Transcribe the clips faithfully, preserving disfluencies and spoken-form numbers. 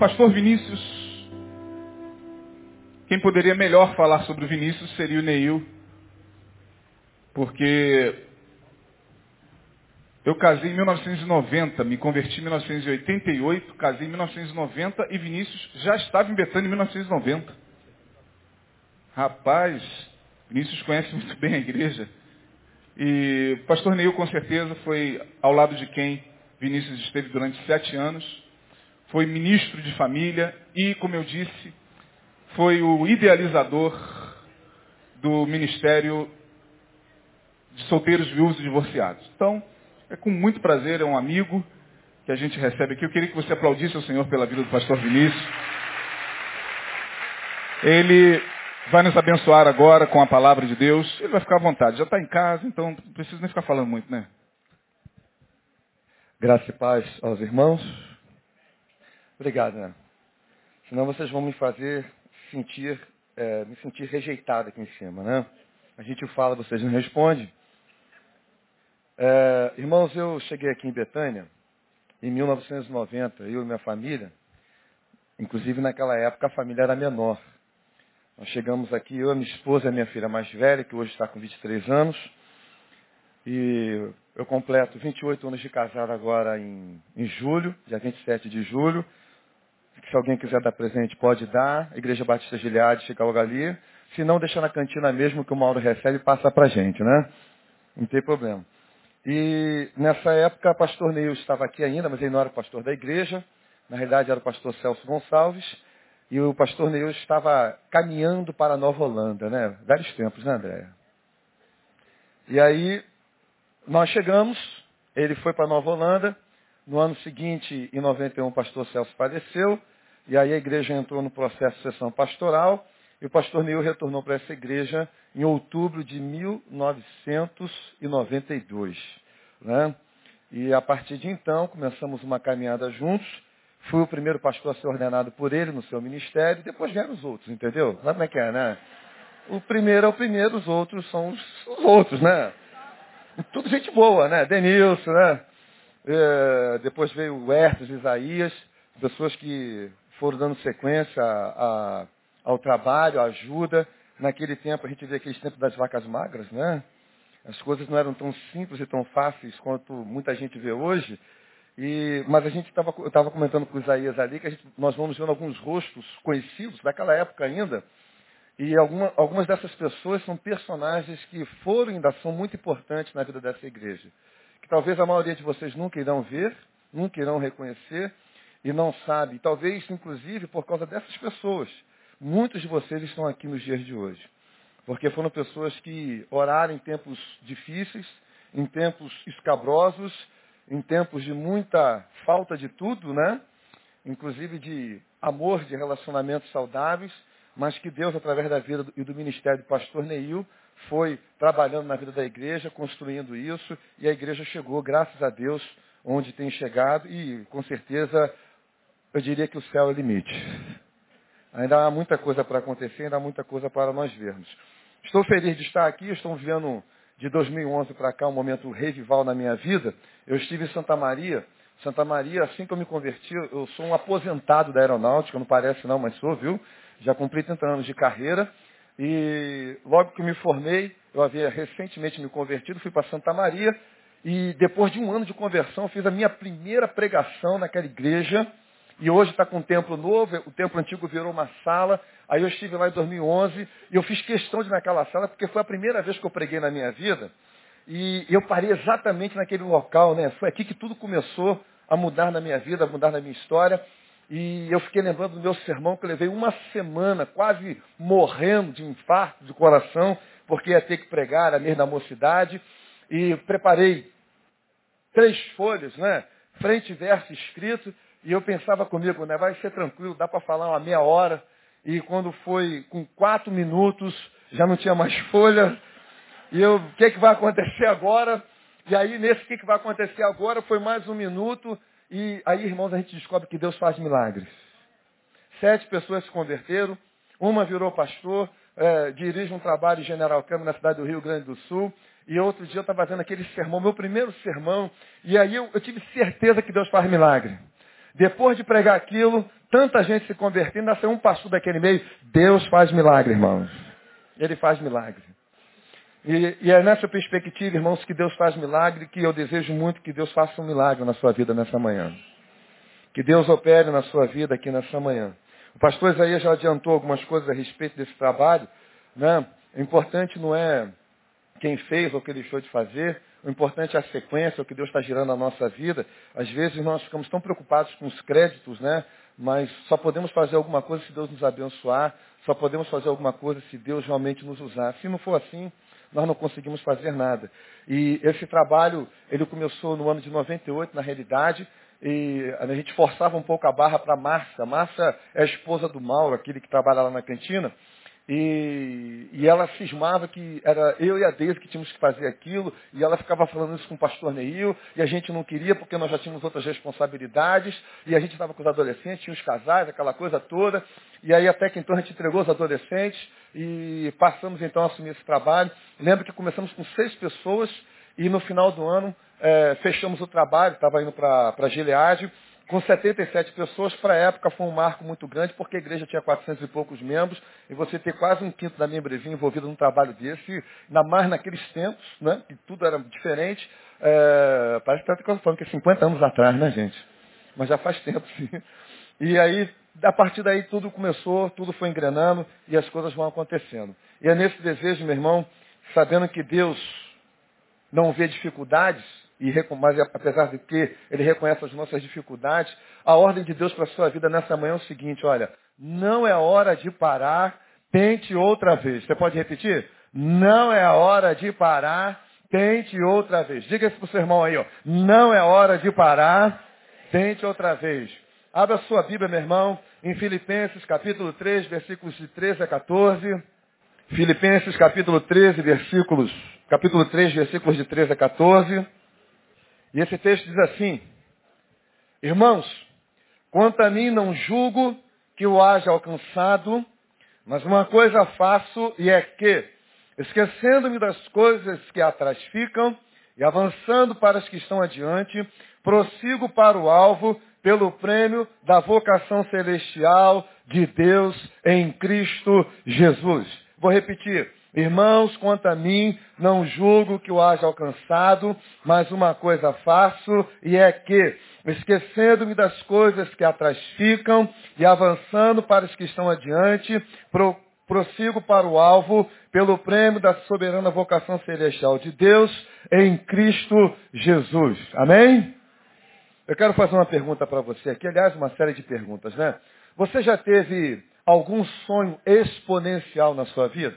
pastor Vinícius, quem poderia melhor falar sobre o Vinícius seria o Neil, porque eu casei em mil novecentos e noventa, me converti em mil novecentos e oitenta e oito, casei em mil novecentos e noventa e Vinícius já estava em Betânia em mil novecentos e noventa. Rapaz, Vinícius conhece muito bem a igreja. E o pastor Neil, com certeza, foi ao lado de quem Vinícius esteve durante sete anos. Foi ministro de família e, como eu disse, foi o idealizador do ministério de solteiros, viúvos e divorciados. Então, é com muito prazer, é um amigo que a gente recebe aqui. Eu queria que você aplaudisse ao Senhor pela vida do pastor Vinícius. Ele vai nos abençoar agora com a palavra de Deus. Ele vai ficar à vontade. Já está em casa, então não precisa nem ficar falando muito, né? Graça e paz aos irmãos. Obrigado, né? Senão vocês vão me fazer sentir, é, me sentir rejeitado aqui em cima, né? A gente fala, vocês não respondem. É, irmãos, eu cheguei aqui em Betânia em mil novecentos e noventa, eu e minha família. Inclusive naquela época a família era menor. Nós chegamos aqui, eu, a minha esposa e a minha filha mais velha, que hoje está com vinte e três anos. E eu completo vinte e oito anos de casado agora em, em julho, dia vinte e sete de julho. Se alguém quiser dar presente, pode dar. Igreja Batista Gileade, fica logo ali. Se não, deixa na cantina mesmo, que o Mauro recebe e passa pra gente, né? Não tem problema. E nessa época, o pastor Neil estava aqui ainda, mas ele não era o pastor da igreja. Na realidade, era o pastor Celso Gonçalves. E o pastor Neil estava caminhando para a Nova Holanda, né? Vários tempos, né, Andréia? E aí, nós chegamos, ele foi para a Nova Holanda. No ano seguinte, em noventa e um, o pastor Celso faleceu. E aí a igreja entrou no processo de sessão pastoral. E o pastor Neil retornou para essa igreja em outubro de mil novecentos e noventa e dois. Né? E a partir de então, começamos uma caminhada juntos. Fui o primeiro pastor a ser ordenado por ele no seu ministério. Depois vieram os outros, entendeu? Sabe como é que é, né? O primeiro é o primeiro, os outros são os, os outros, né? Tudo gente boa, né? Denilson, né? É, depois veio o Hertes, Isaías, pessoas que foram dando sequência a, a, ao trabalho, à ajuda. Naquele tempo, a gente vê aqueles tempos das vacas magras, né? As coisas não eram tão simples e tão fáceis quanto muita gente vê hoje. E, mas a gente estava, eu estava comentando com o Isaías ali que a gente, nós vamos vendo alguns rostos conhecidos daquela época ainda. E alguma, algumas dessas pessoas são personagens que foram e ainda são muito importantes na vida dessa igreja. Que talvez a maioria de vocês nunca irão ver, nunca irão reconhecer e não sabe. Talvez, inclusive, por causa dessas pessoas, muitos de vocês estão aqui nos dias de hoje. Porque foram pessoas que oraram em tempos difíceis, em tempos escabrosos, em tempos de muita falta de tudo, né? Inclusive de amor, de relacionamentos saudáveis, mas que Deus, através da vida e do ministério do pastor Neil, foi trabalhando na vida da igreja, construindo isso, e a igreja chegou, graças a Deus, onde tem chegado, e com certeza, eu diria que o céu é o limite. Ainda há muita coisa para acontecer, ainda há muita coisa para nós vermos. Estou feliz de estar aqui, estou vivendo de dois mil e onze para cá um momento revival na minha vida. Eu estive em Santa Maria. Santa Maria, assim que eu me converti, eu sou um aposentado da aeronáutica, não parece não, mas sou, viu? Já cumpri trinta anos de carreira. E logo que me formei, eu havia recentemente me convertido, fui para Santa Maria. E depois de um ano de conversão, fiz a minha primeira pregação naquela igreja. E hoje está com um templo novo, o templo antigo virou uma sala. Aí eu estive lá em dois mil e onze e eu fiz questão de ir naquela sala, porque foi a primeira vez que eu preguei na minha vida. E eu parei exatamente naquele local, né? Foi aqui que tudo começou a mudar na minha vida, a mudar na minha história. E eu fiquei lembrando do meu sermão, que eu levei uma semana quase morrendo de infarto de coração, porque ia ter que pregar, era mês da mocidade. E preparei três folhas, né? Frente e verso escrito. E eu pensava comigo, né? Vai ser tranquilo, dá para falar uma meia hora. E quando foi com quatro minutos, já não tinha mais folha. E eu, o que, que vai acontecer agora? E aí, nesse que, que vai acontecer agora, foi mais um minuto. E aí, irmãos, a gente descobre que Deus faz milagres. Sete pessoas se converteram. Uma virou pastor, é, dirige um trabalho em General Câmara na cidade do Rio Grande do Sul. E outro dia eu estava vendo aquele sermão, meu primeiro sermão. E aí eu, eu tive certeza que Deus faz milagre. Depois de pregar aquilo, tanta gente se convertendo, nasceu um pastor daquele meio. Deus faz milagre, irmãos. Ele faz milagre. E, e é nessa perspectiva, irmãos, que Deus faz milagre, que eu desejo muito que Deus faça um milagre na sua vida nessa manhã. Que Deus opere na sua vida aqui nessa manhã. O pastor Isaías já adiantou algumas coisas a respeito desse trabalho, né? O importante não é quem fez ou o que deixou de fazer. O importante é a sequência, o que Deus está girando na nossa vida. Às vezes nós ficamos tão preocupados com os créditos, né? Mas só podemos fazer alguma coisa se Deus nos abençoar. Só podemos fazer alguma coisa se Deus realmente nos usar. Se não for assim, nós não conseguimos fazer nada. E esse trabalho, ele começou no ano de noventa e oito, na realidade. E a gente forçava um pouco a barra para a Márcia. A Márcia é a esposa do Mauro, aquele que trabalha lá na cantina. E, e ela cismava que era eu e a Deise que tínhamos que fazer aquilo, e ela ficava falando isso com o pastor Neil, e a gente não queria porque nós já tínhamos outras responsabilidades, e a gente estava com os adolescentes, tinha os casais, aquela coisa toda, e aí até que então a gente entregou os adolescentes, e passamos então a assumir esse trabalho. Lembro que começamos com seis pessoas, e no final do ano é, fechamos o trabalho, estava indo para a Gileade, com setenta e sete pessoas. Para a época foi um marco muito grande, porque a igreja tinha quatrocentos e poucos membros, e você ter quase um quinto da membresia envolvido num trabalho desse, ainda mais naqueles tempos, né, que tudo era diferente, é, parece que está falando que é cinquenta anos atrás, né, gente? Mas já faz tempo, sim. E aí, a partir daí, tudo começou, tudo foi engrenando, e as coisas vão acontecendo. E é nesse desejo, meu irmão, sabendo que Deus não vê dificuldades, e mas apesar de que ele reconhece as nossas dificuldades, a ordem de Deus para a sua vida nessa manhã é o seguinte: olha, não é hora de parar, tente outra vez. Você pode repetir? Não é hora de parar, tente outra vez. Diga isso para o seu irmão aí, ó. Não é hora de parar, tente outra vez. Abra a sua Bíblia, meu irmão, em Filipenses capítulo três, versículos de treze a quatorze. Filipenses capítulo treze, versículos, capítulo três, versículos de treze a quatorze. E esse texto diz assim: irmãos, quanto a mim não julgo que o haja alcançado, mas uma coisa faço, e é que, esquecendo-me das coisas que atrás ficam, e avançando para as que estão adiante, prossigo para o alvo, pelo prêmio da vocação celestial de Deus em Cristo Jesus. Vou repetir. Irmãos, quanto a mim, não julgo que o haja alcançado, mas uma coisa faço, e é que, esquecendo-me das coisas que atrás ficam, e avançando para os que estão adiante, pro, prossigo para o alvo, pelo prêmio da soberana vocação celestial de Deus em Cristo Jesus. Amém? Eu quero fazer uma pergunta para você aqui, aliás, uma série de perguntas, né? Você já teve algum sonho exponencial na sua vida?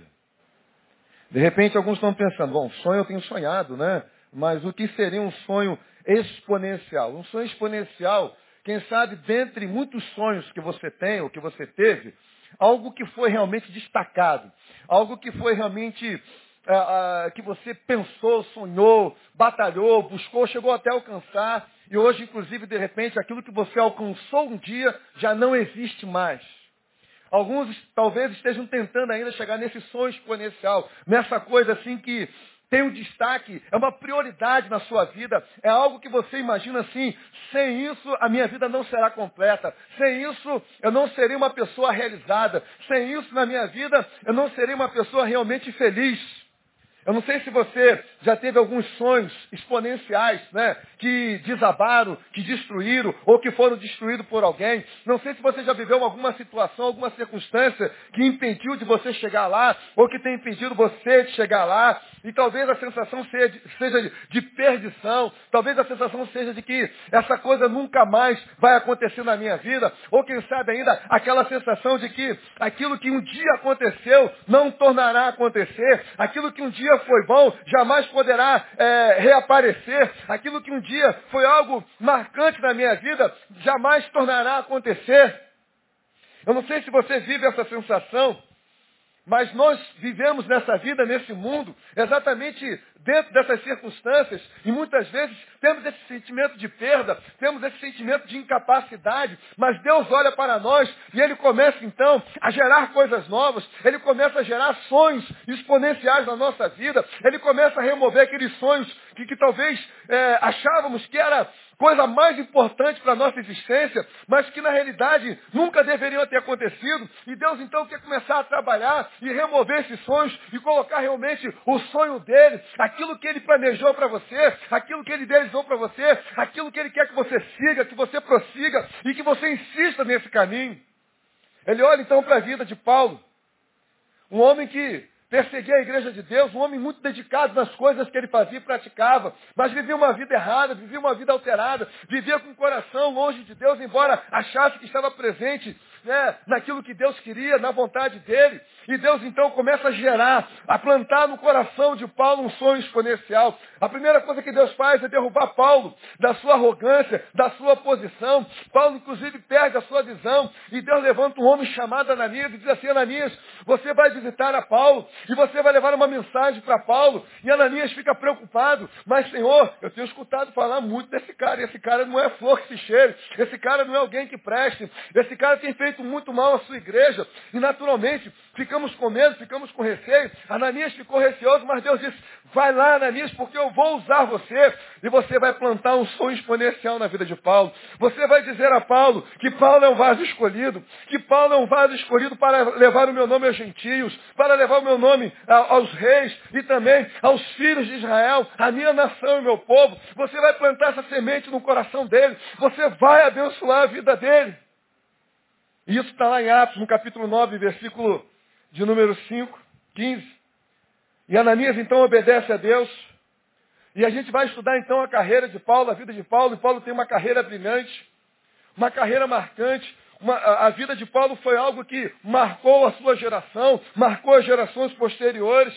De repente, alguns estão pensando, bom, sonho eu tenho sonhado, né? Mas o que seria um sonho exponencial? Um sonho exponencial, quem sabe, dentre muitos sonhos que você tem ou que você teve, algo que foi realmente destacado, algo que foi realmente, ah, ah, que você pensou, sonhou, batalhou, buscou, chegou até alcançar, e hoje, inclusive, de repente, aquilo que você alcançou um dia já não existe mais. Alguns talvez estejam tentando ainda chegar nesse sonho exponencial, nessa coisa assim que tem um destaque, é uma prioridade na sua vida, é algo que você imagina assim, sem isso a minha vida não será completa, sem isso eu não serei uma pessoa realizada, sem isso na minha vida eu não serei uma pessoa realmente feliz. Eu não sei se você já teve alguns sonhos exponenciais, né, que desabaram, que destruíram, ou que foram destruídos por alguém. Não sei se você já viveu alguma situação, alguma circunstância que impediu de você chegar lá, ou que tem impedido você de chegar lá. E talvez a sensação seja de, seja de, de perdição, talvez a sensação seja de que essa coisa nunca mais vai acontecer na minha vida, ou quem sabe ainda aquela sensação de que aquilo que um dia aconteceu não tornará a acontecer, aquilo que um dia foi bom, jamais poderá é, reaparecer. Aquilo que um dia foi algo marcante na minha vida, jamais tornará a acontecer. Eu não sei se você vive essa sensação, mas nós vivemos nessa vida, nesse mundo, exatamente dentro dessas circunstâncias, e muitas vezes temos esse sentimento de perda, temos esse sentimento de incapacidade, mas Deus olha para nós e Ele começa então a gerar coisas novas, Ele começa a gerar sonhos exponenciais na nossa vida, Ele começa a remover aqueles sonhos que, que talvez é, achávamos que era coisa mais importante para a nossa existência, mas que na realidade nunca deveriam ter acontecido. E Deus então quer começar a trabalhar e remover esses sonhos e colocar realmente o sonho dele, aquilo que ele planejou para você, aquilo que ele idealizou para você, aquilo que ele quer que você siga, que você prossiga e que você insista nesse caminho. Ele olha então para a vida de Paulo, um homem que perseguia a igreja de Deus, um homem muito dedicado nas coisas que ele fazia e praticava, mas vivia uma vida errada, vivia uma vida alterada, vivia com o coração longe de Deus, embora achasse que estava presente, né, naquilo que Deus queria, na vontade dele. E Deus então começa a gerar, a plantar no coração de Paulo um sonho exponencial. A primeira coisa que Deus faz é derrubar Paulo da sua arrogância, da sua posição. Paulo inclusive perde a sua visão e Deus levanta um homem chamado Ananias e diz assim: Ananias, você vai visitar a Paulo e você vai levar uma mensagem para Paulo. E Ananias fica preocupado, mas Senhor, eu tenho escutado falar muito desse cara, e esse cara não é flor que se cheire, esse cara não é alguém que preste, esse cara tem feito muito mal à sua igreja, e naturalmente ficamos com medo, ficamos com receio. Ananias ficou receoso, mas Deus disse: vai lá, Ananias, porque eu vou usar você, e você vai plantar um sonho exponencial na vida de Paulo. Você vai dizer a Paulo que Paulo é um vaso escolhido, que Paulo é um vaso escolhido para levar o meu nome aos gentios, para levar o meu nome aos reis e também aos filhos de Israel, a minha nação e o meu povo. Você vai plantar essa semente no coração dele, você vai abençoar a vida dele. E isso está lá em Atos, no capítulo nove, versículo de número cinco, quinze. E Ananias então obedece a Deus. E a gente vai estudar então a carreira de Paulo, a vida de Paulo. E Paulo tem uma carreira brilhante, uma carreira marcante. Uma, a, a vida de Paulo foi algo que marcou a sua geração, marcou as gerações posteriores.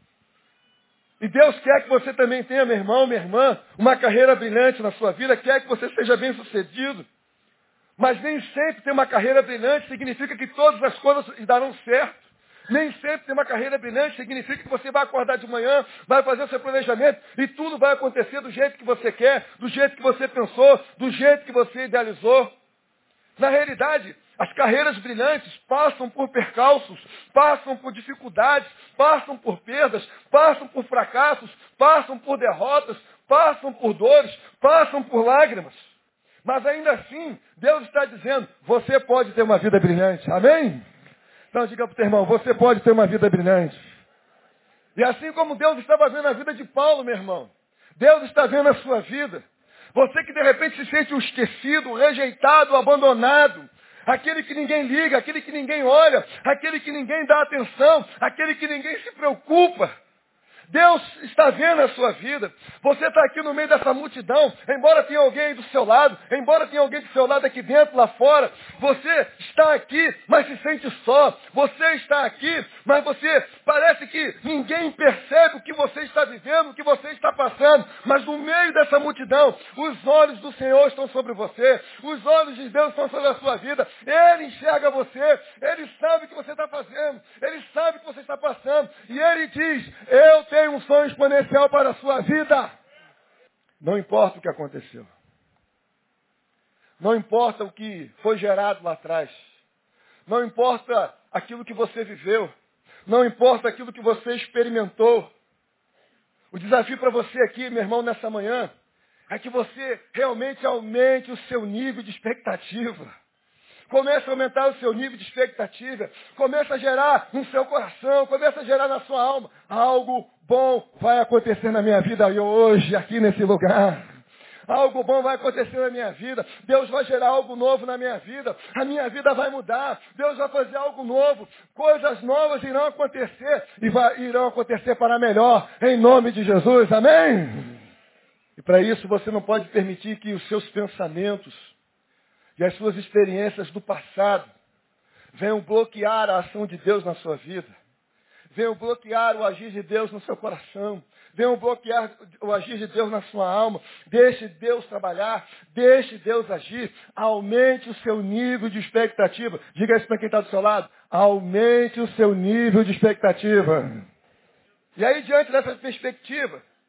E Deus quer que você também tenha, meu irmão, minha irmã, uma carreira brilhante na sua vida, quer que você seja bem sucedido. Mas nem sempre ter uma carreira brilhante significa que todas as coisas darão certo. Nem sempre ter uma carreira brilhante significa que você vai acordar de manhã, vai fazer o seu planejamento e tudo vai acontecer do jeito que você quer, do jeito que você pensou, do jeito que você idealizou. Na realidade, as carreiras brilhantes passam por percalços, passam por dificuldades, passam por perdas, passam por fracassos, passam por derrotas, passam por dores, passam por lágrimas. Mas ainda assim, Deus está dizendo, você pode ter uma vida brilhante. Amém? Então diga para o teu irmão, você pode ter uma vida brilhante. E assim como Deus estava vendo a vida de Paulo, meu irmão, Deus está vendo a sua vida. Você que de repente se sente um esquecido, um rejeitado, um abandonado, aquele que ninguém liga, aquele que ninguém olha, aquele que ninguém dá atenção, aquele que ninguém se preocupa. Deus está vendo a sua vida. Você está aqui no meio dessa multidão, embora tenha alguém aí do seu lado, embora tenha alguém do seu lado aqui dentro, lá fora. Você está aqui, mas se sente só. Você está aqui, mas você parece que ninguém percebe o que você está vivendo, o que você está passando. Mas no meio dessa multidão, os olhos do Senhor estão sobre você. Os olhos de Deus estão sobre a sua vida. Ele enxerga você. Ele sabe o que você está fazendo. Ele sabe o que você está passando. E Ele diz, eu tenho um sonho exponencial para a sua vida. Não importa o que aconteceu. Não importa o que foi gerado lá atrás. Não importa aquilo que você viveu. Não importa aquilo que você experimentou. O desafio para você aqui, meu irmão, nessa manhã, é que você realmente aumente o seu nível de expectativa. Comece a aumentar o seu nível de expectativa. Comece a gerar no seu coração, comece a gerar na sua alma. Algo bom vai acontecer na minha vida hoje, aqui nesse lugar. Algo bom vai acontecer na minha vida. Deus vai gerar algo novo na minha vida. A minha vida vai mudar. Deus vai fazer algo novo. Coisas novas irão acontecer e vai, irão acontecer para melhor. Em nome de Jesus. Amém? E para isso você não pode permitir que os seus pensamentos e as suas experiências do passado venham bloquear a ação de Deus na sua vida. Venham bloquear o agir de Deus no seu coração. Venham bloquear o agir de Deus na sua alma. Deixe Deus trabalhar. Deixe Deus agir. Aumente o seu nível de expectativa. Diga isso para quem está do seu lado. Aumente o seu nível de expectativa. E aí, diante dessa perspectiva,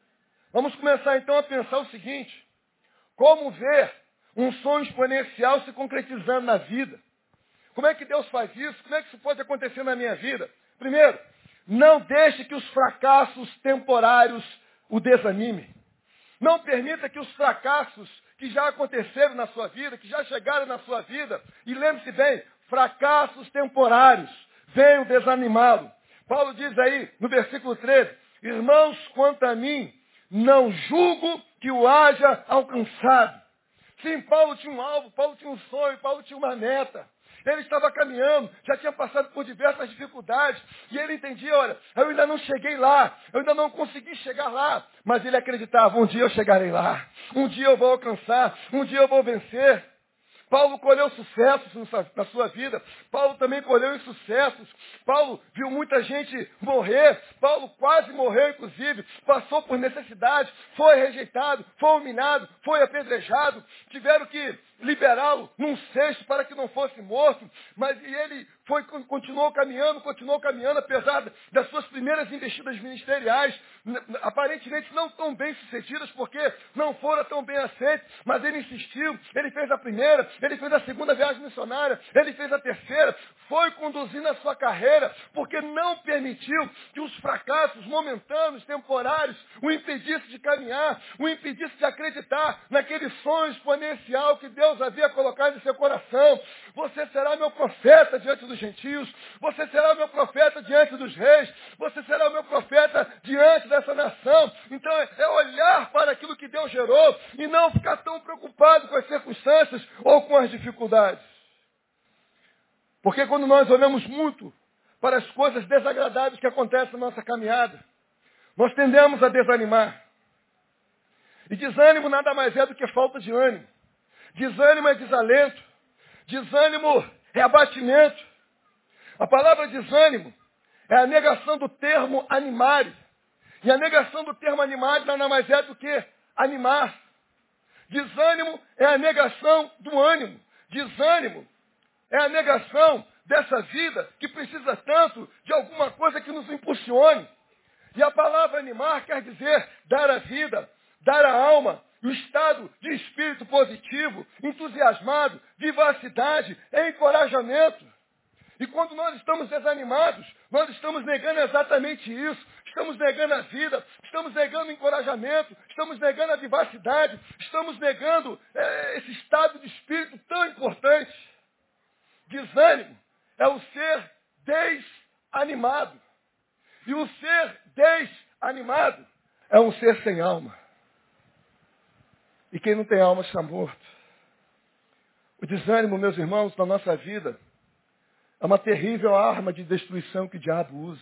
Vamos começar então a pensar o seguinte: como ver um sonho exponencial se concretizando na vida? Como é que Deus faz isso? Como é que isso pode acontecer na minha vida? Primeiro, não deixe que os fracassos temporários o desanimem. Não permita que os fracassos que já aconteceram na sua vida, que já chegaram na sua vida, e lembre-se bem, fracassos temporários, venham desanimá-lo. Paulo diz aí, no versículo treze, irmãos, quanto a mim, não julgo que o haja alcançado. Sim, Paulo tinha um alvo, Paulo tinha um sonho, Paulo tinha uma meta. Ele estava caminhando, já tinha passado por diversas dificuldades, e ele entendia, olha, eu ainda não cheguei lá, eu ainda não consegui chegar lá, mas ele acreditava, um dia eu chegarei lá, um dia eu vou alcançar, um dia eu vou vencer. Paulo colheu sucessos na sua vida. Paulo também colheu insucessos. Paulo viu muita gente morrer. Paulo quase morreu, inclusive. Passou por necessidade. Foi rejeitado. Foi humilhado. Foi apedrejado. Tiveram que liberá-lo num cesto para que não fosse morto. Mas e ele foi, continuou caminhando, continuou caminhando, apesar das suas primeiras investidas ministeriais, aparentemente não tão bem sucedidas, porque não foram tão bem aceitas, mas ele insistiu, ele fez a primeira, ele fez a segunda viagem missionária, ele fez a terceira, foi conduzindo a sua carreira, porque não permitiu que os fracassos momentâneos, temporários, o impedissem de caminhar, o impedissem de acreditar naquele sonho exponencial que Deus havia colocado em seu coração. Você será meu profeta diante dos gentios, você será meu profeta diante dos reis, você será o meu profeta diante dessa nação. Então é olhar para aquilo que Deus gerou e não ficar tão preocupado com as circunstâncias ou com as dificuldades. Porque quando nós olhamos muito para as coisas desagradáveis que acontecem na nossa caminhada, nós tendemos a desanimar. E desânimo nada mais é do que falta de ânimo. Desânimo é desalento. Desânimo é abatimento. A palavra desânimo é a negação do termo animar. E a negação do termo animar nada mais é do que animar. Desânimo é a negação do ânimo. Desânimo é a negação dessa vida que precisa tanto de alguma coisa que nos impulsione. E a palavra animar quer dizer dar a vida, dar a alma, o estado de espírito positivo, entusiasmado, vivacidade, encorajamento. E quando nós estamos desanimados, nós estamos negando exatamente isso. Estamos negando a vida, estamos negando o encorajamento, estamos negando a vivacidade, estamos negando é, esse estado de espírito tão importante. Desânimo é o ser desanimado. E o ser desanimado é um ser sem alma. E quem não tem alma está morto. O desânimo, meus irmãos, na nossa vida, é uma terrível arma de destruição que o diabo usa.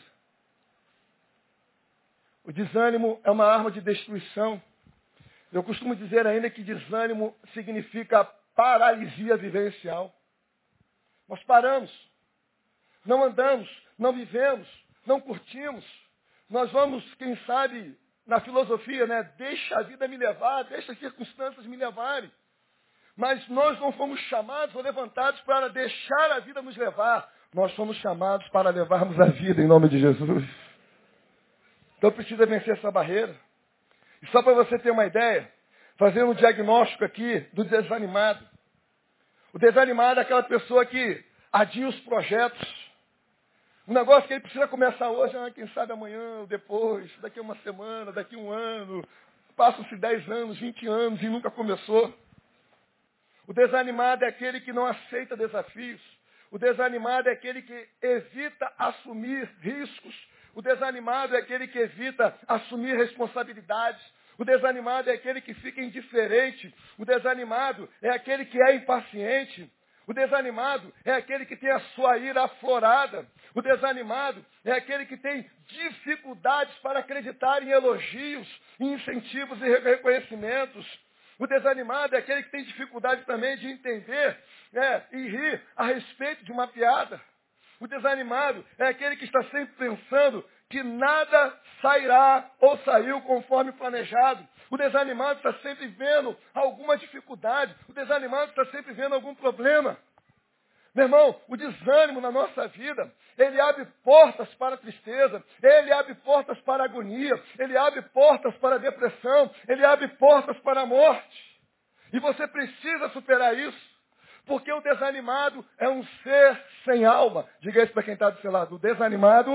O desânimo é uma arma de destruição. Eu costumo dizer ainda que desânimo significa paralisia vivencial. Nós paramos, não andamos, não vivemos, não curtimos. Nós vamos, quem sabe, na filosofia, né? Deixa a vida me levar, deixa as circunstâncias me levarem. Mas nós não fomos chamados ou levantados para deixar a vida nos levar. Nós fomos chamados para levarmos a vida em nome de Jesus. Então precisa vencer essa barreira. E só para você ter uma ideia, fazer um diagnóstico aqui do desanimado. O desanimado é aquela pessoa que adia os projetos. Um negócio que ele precisa começar hoje, ah, quem sabe amanhã, ou depois, daqui a uma semana, daqui a um ano. Passam-se dez anos, vinte anos e nunca começou. O desanimado é aquele que não aceita desafios. O desanimado é aquele que evita assumir riscos. O desanimado é aquele que evita assumir responsabilidades. O desanimado é aquele que fica indiferente. O desanimado é aquele que é impaciente. O desanimado é aquele que tem a sua ira aflorada. O desanimado é aquele que tem dificuldades para acreditar em elogios, em incentivos e reconhecimentos. O desanimado é aquele que tem dificuldade também de entender né, e rir a respeito de uma piada. O desanimado é aquele que está sempre pensando que nada sairá ou saiu conforme planejado. O desanimado está sempre vendo alguma dificuldade. O desanimado está sempre vendo algum problema. Meu irmão, o desânimo na nossa vida, ele abre portas para a tristeza, ele abre portas para a agonia, ele abre portas para a depressão, ele abre portas para a morte. E você precisa superar isso, porque o desanimado é um ser sem alma. Diga isso para quem está do seu lado. O desanimado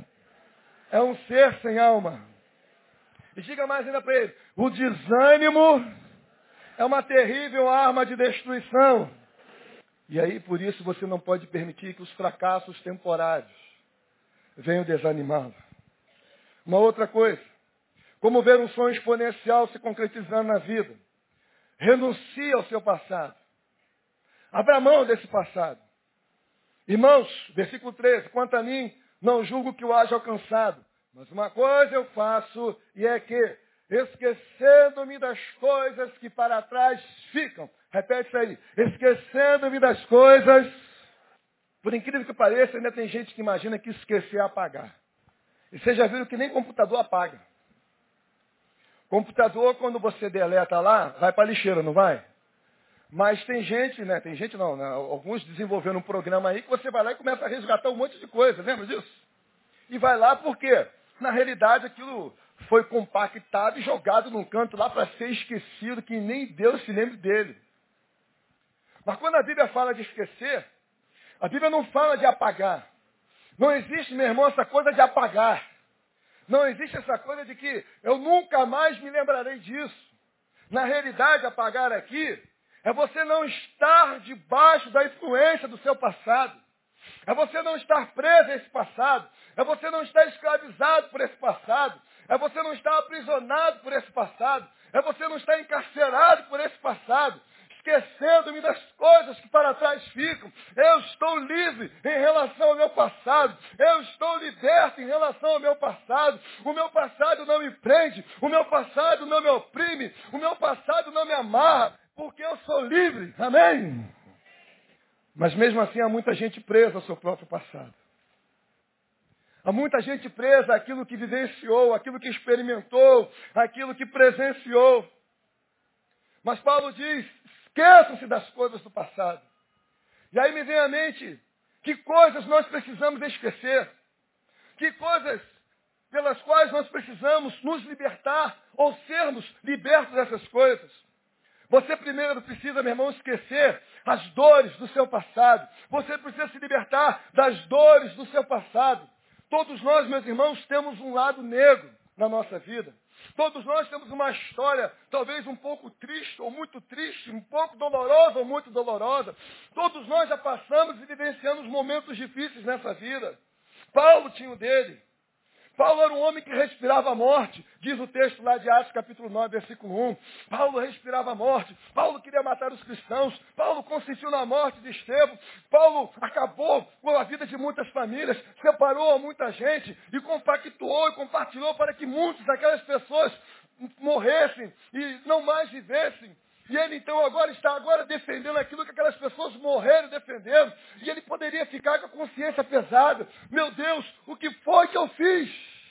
é um ser sem alma. E diga mais ainda para ele. O desânimo é uma terrível arma de destruição. E aí, por isso, você não pode permitir que os fracassos temporários venham desanimá-lo. Uma outra coisa. Como ver um sonho exponencial se concretizando na vida. Renuncie ao seu passado. Abra mão desse passado. Irmãos, versículo treze. Quanto a mim, não julgo que o haja alcançado. Mas uma coisa eu faço, e é que, esquecendo-me das coisas que para trás ficam. Repete isso aí. Esquecendo-me das coisas. Por incrível que pareça, ainda tem gente que imagina que esquecer é apagar. E vocês já viram que nem computador apaga. Computador, quando você deleta lá, vai para a lixeira, não vai? Mas tem gente, né? Tem gente não, né? Alguns desenvolveram um programa aí que você vai lá e começa a resgatar um monte de coisa, lembra disso? E vai lá por quê? Na realidade, aquilo foi compactado e jogado num canto lá para ser esquecido, que nem Deus se lembre dele. Mas quando a Bíblia fala de esquecer, a Bíblia não fala de apagar. Não existe, meu irmão, essa coisa de apagar. Não existe essa coisa de que eu nunca mais me lembrarei disso. Na realidade, apagar aqui é você não estar debaixo da influência do seu passado. É você não estar preso a esse passado. É você não estar escravizado por esse passado. É você não estar aprisionado por esse passado. É você não estar encarcerado por esse passado. Esquecendo-me das coisas que para trás ficam. Eu estou livre em relação ao meu passado. Eu estou liberto em relação ao meu passado. O meu passado não me prende. O meu passado não me oprime. O meu passado não me amarra. Porque eu sou livre. Amém? Mas mesmo assim há muita gente presa ao seu próprio passado. Há muita gente presa àquilo que vivenciou, àquilo que experimentou, àquilo que presenciou. Mas Paulo diz, esqueçam-se das coisas do passado. E aí me vem à mente, que coisas nós precisamos esquecer? Que coisas pelas quais nós precisamos nos libertar ou sermos libertos dessas coisas? Você primeiro precisa, meu irmão, esquecer as dores do seu passado. Você precisa se libertar das dores do seu passado. Todos nós, meus irmãos, temos um lado negro na nossa vida. Todos nós temos uma história, talvez um pouco triste ou muito triste, um pouco dolorosa ou muito dolorosa. Todos nós já passamos e vivenciamos momentos difíceis nessa vida. Paulo tinha o dele. Paulo era um homem que respirava a morte, diz o texto lá de Atos capítulo nove, versículo um. Paulo respirava a morte, Paulo queria matar os cristãos, Paulo consentiu na morte de Estevão, Paulo acabou com a vida de muitas famílias, separou muita gente e compactuou e compartilhou para que muitas daquelas pessoas morressem e não mais vivessem. E ele então agora está agora defendendo aquilo que aquelas pessoas morreram defendendo. E ele poderia ficar com a consciência pesada. Meu Deus, o que foi que eu fiz?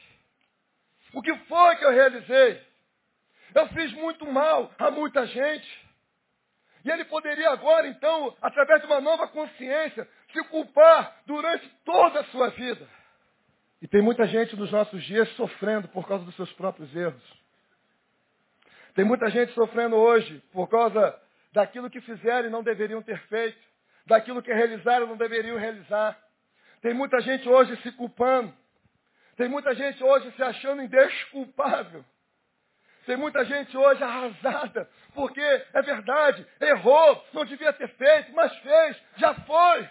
O que foi que eu realizei? Eu fiz muito mal a muita gente. E ele poderia agora então, através de uma nova consciência, se culpar durante toda a sua vida. E tem muita gente nos nossos dias sofrendo por causa dos seus próprios erros. Tem muita gente sofrendo hoje por causa daquilo que fizeram e não deveriam ter feito. Daquilo que realizaram e não deveriam realizar. Tem muita gente hoje se culpando. Tem muita gente hoje se achando indesculpável. Tem muita gente hoje arrasada. Porque é verdade, errou, não devia ter feito, mas fez, já foi.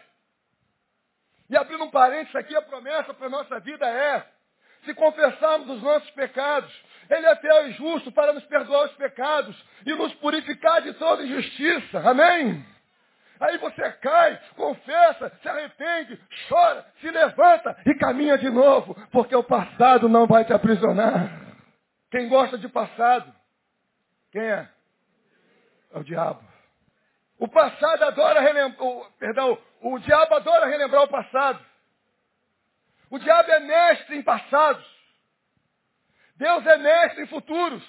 E abrindo um parênteses aqui, a promessa para a nossa vida é: se confessarmos os nossos pecados, Ele é fiel e justo para nos perdoar os pecados e nos purificar de toda injustiça. Amém? Aí você cai, confessa, se arrepende, chora, se levanta e caminha de novo, porque o passado não vai te aprisionar. Quem gosta de passado? Quem é? É o diabo. O passado adora relembrar, o, perdão, o diabo adora relembrar o passado. O diabo é mestre em passados. Deus é mestre em futuros.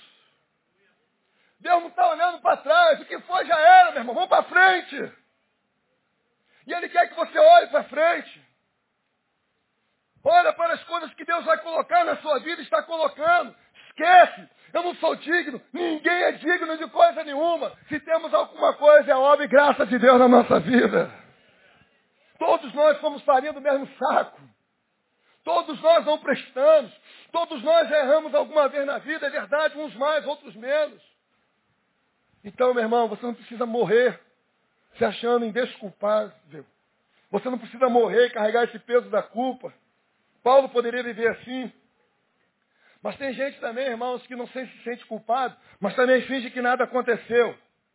Deus não está olhando para trás. O que foi já era, meu irmão. Vamos para frente. E Ele quer que você olhe para frente. Olha para as coisas que Deus vai colocar na sua vida, está colocando. Esquece, eu não sou digno, ninguém é digno de coisa nenhuma. Se temos alguma coisa, é obra e graça de Deus na nossa vida. Todos nós somos farinha do mesmo saco. Todos nós não prestamos. Todos nós erramos alguma vez na vida, é verdade, uns mais, outros menos. Então, meu irmão, você não precisa morrer se achando indesculpável. Você não precisa morrer e carregar esse peso da culpa. Paulo poderia viver assim. Mas tem gente também, irmãos, que não se sente culpado, mas também finge que nada aconteceu.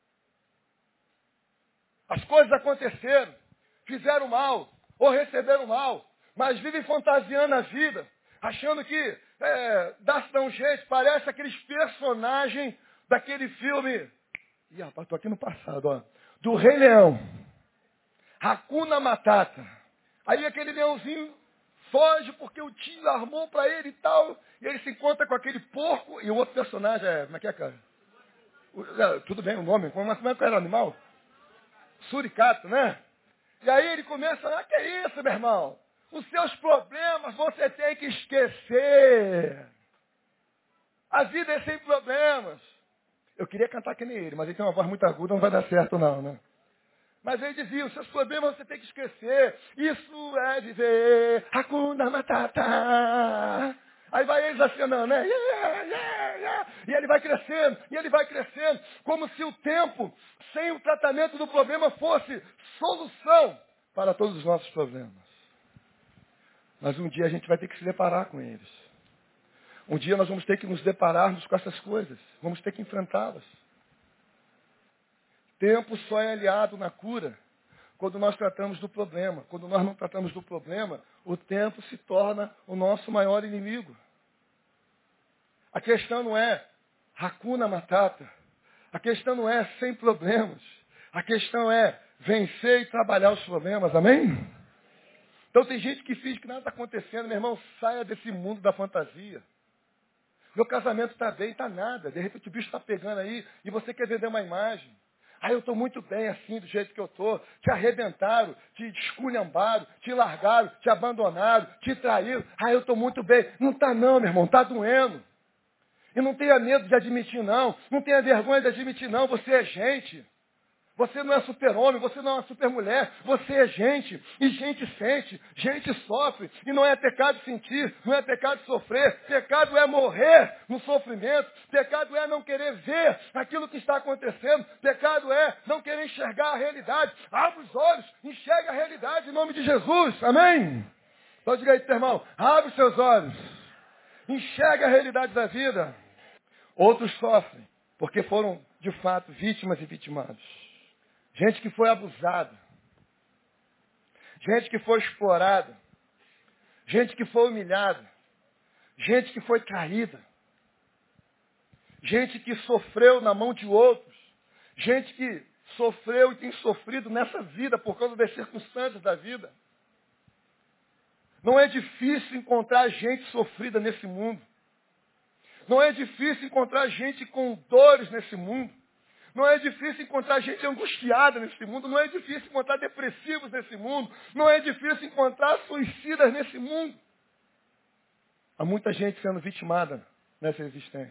As coisas aconteceram, fizeram mal, ou receberam mal, mas vivem fantasiando a vida, achando que é, dá-se um jeito, parece aqueles personagens daquele filme. Ih, rapaz, estou aqui no passado, ó. Do Rei Leão. Hakuna Matata. Aí aquele leãozinho foge porque o tio armou para ele e tal. E ele se encontra com aquele porco. E o outro personagem é... Como é que é, cara? O, é, tudo bem o nome. Como, como é que era o animal? Suricato, né? E aí ele começa... Ah, que é isso, meu irmão? Os seus problemas você tem que esquecer. A vida é sem problemas. Eu queria cantar que nem ele, mas ele tem uma voz muito aguda, não vai dar certo não, né? Mas ele dizia, os seus problemas você tem que esquecer. Isso é viver. Hakuna Matata. Aí vai eles acenando, né? Yeah, yeah, yeah. E ele vai crescendo, e ele vai crescendo. Como se o tempo, sem o tratamento do problema, fosse solução para todos os nossos problemas. Mas um dia a gente vai ter que se deparar com eles. Um dia nós vamos ter que nos depararmos com essas coisas. Vamos ter que enfrentá-las. Tempo só é aliado na cura quando nós tratamos do problema. Quando nós não tratamos do problema, o tempo se torna o nosso maior inimigo. A questão não é Hakuna Matata. A questão não é sem problemas. A questão é vencer e trabalhar os problemas. Amém? Então tem gente que finge que nada está acontecendo. Meu irmão, saia desse mundo da fantasia. Meu casamento está bem, está nada. De repente o bicho está pegando aí e você quer vender uma imagem. Ah, eu estou muito bem assim, do jeito que eu estou. Te arrebentaram, te esculhambaram, te largaram, te abandonaram, te traíram. Ah, eu estou muito bem. Não está não, meu irmão, está doendo. E não tenha medo de admitir não. Não tenha vergonha de admitir não. Você é gente. Você não é super-homem, você não é uma super-mulher. Você é gente. E gente sente, gente sofre. E não é pecado sentir, não é pecado sofrer. Pecado é morrer no sofrimento. Pecado é não querer ver aquilo que está acontecendo. Pecado é não querer enxergar a realidade. Abre os olhos, enxerga a realidade em nome de Jesus. Amém? Então diga aí, teu irmão, abre os seus olhos. Enxerga a realidade da vida. Outros sofrem porque foram, de fato, vítimas e vitimados. Gente que foi abusada. Gente que foi explorada. Gente que foi humilhada. Gente que foi traída. Gente que sofreu na mão de outros. Gente que sofreu e tem sofrido nessa vida por causa das circunstâncias da vida. Não é difícil encontrar gente sofrida nesse mundo. Não é difícil encontrar gente com dores nesse mundo. Não é difícil encontrar gente angustiada nesse mundo. Não é difícil encontrar depressivos nesse mundo. Não é difícil encontrar suicidas nesse mundo. Há muita gente sendo vitimada nessa existência.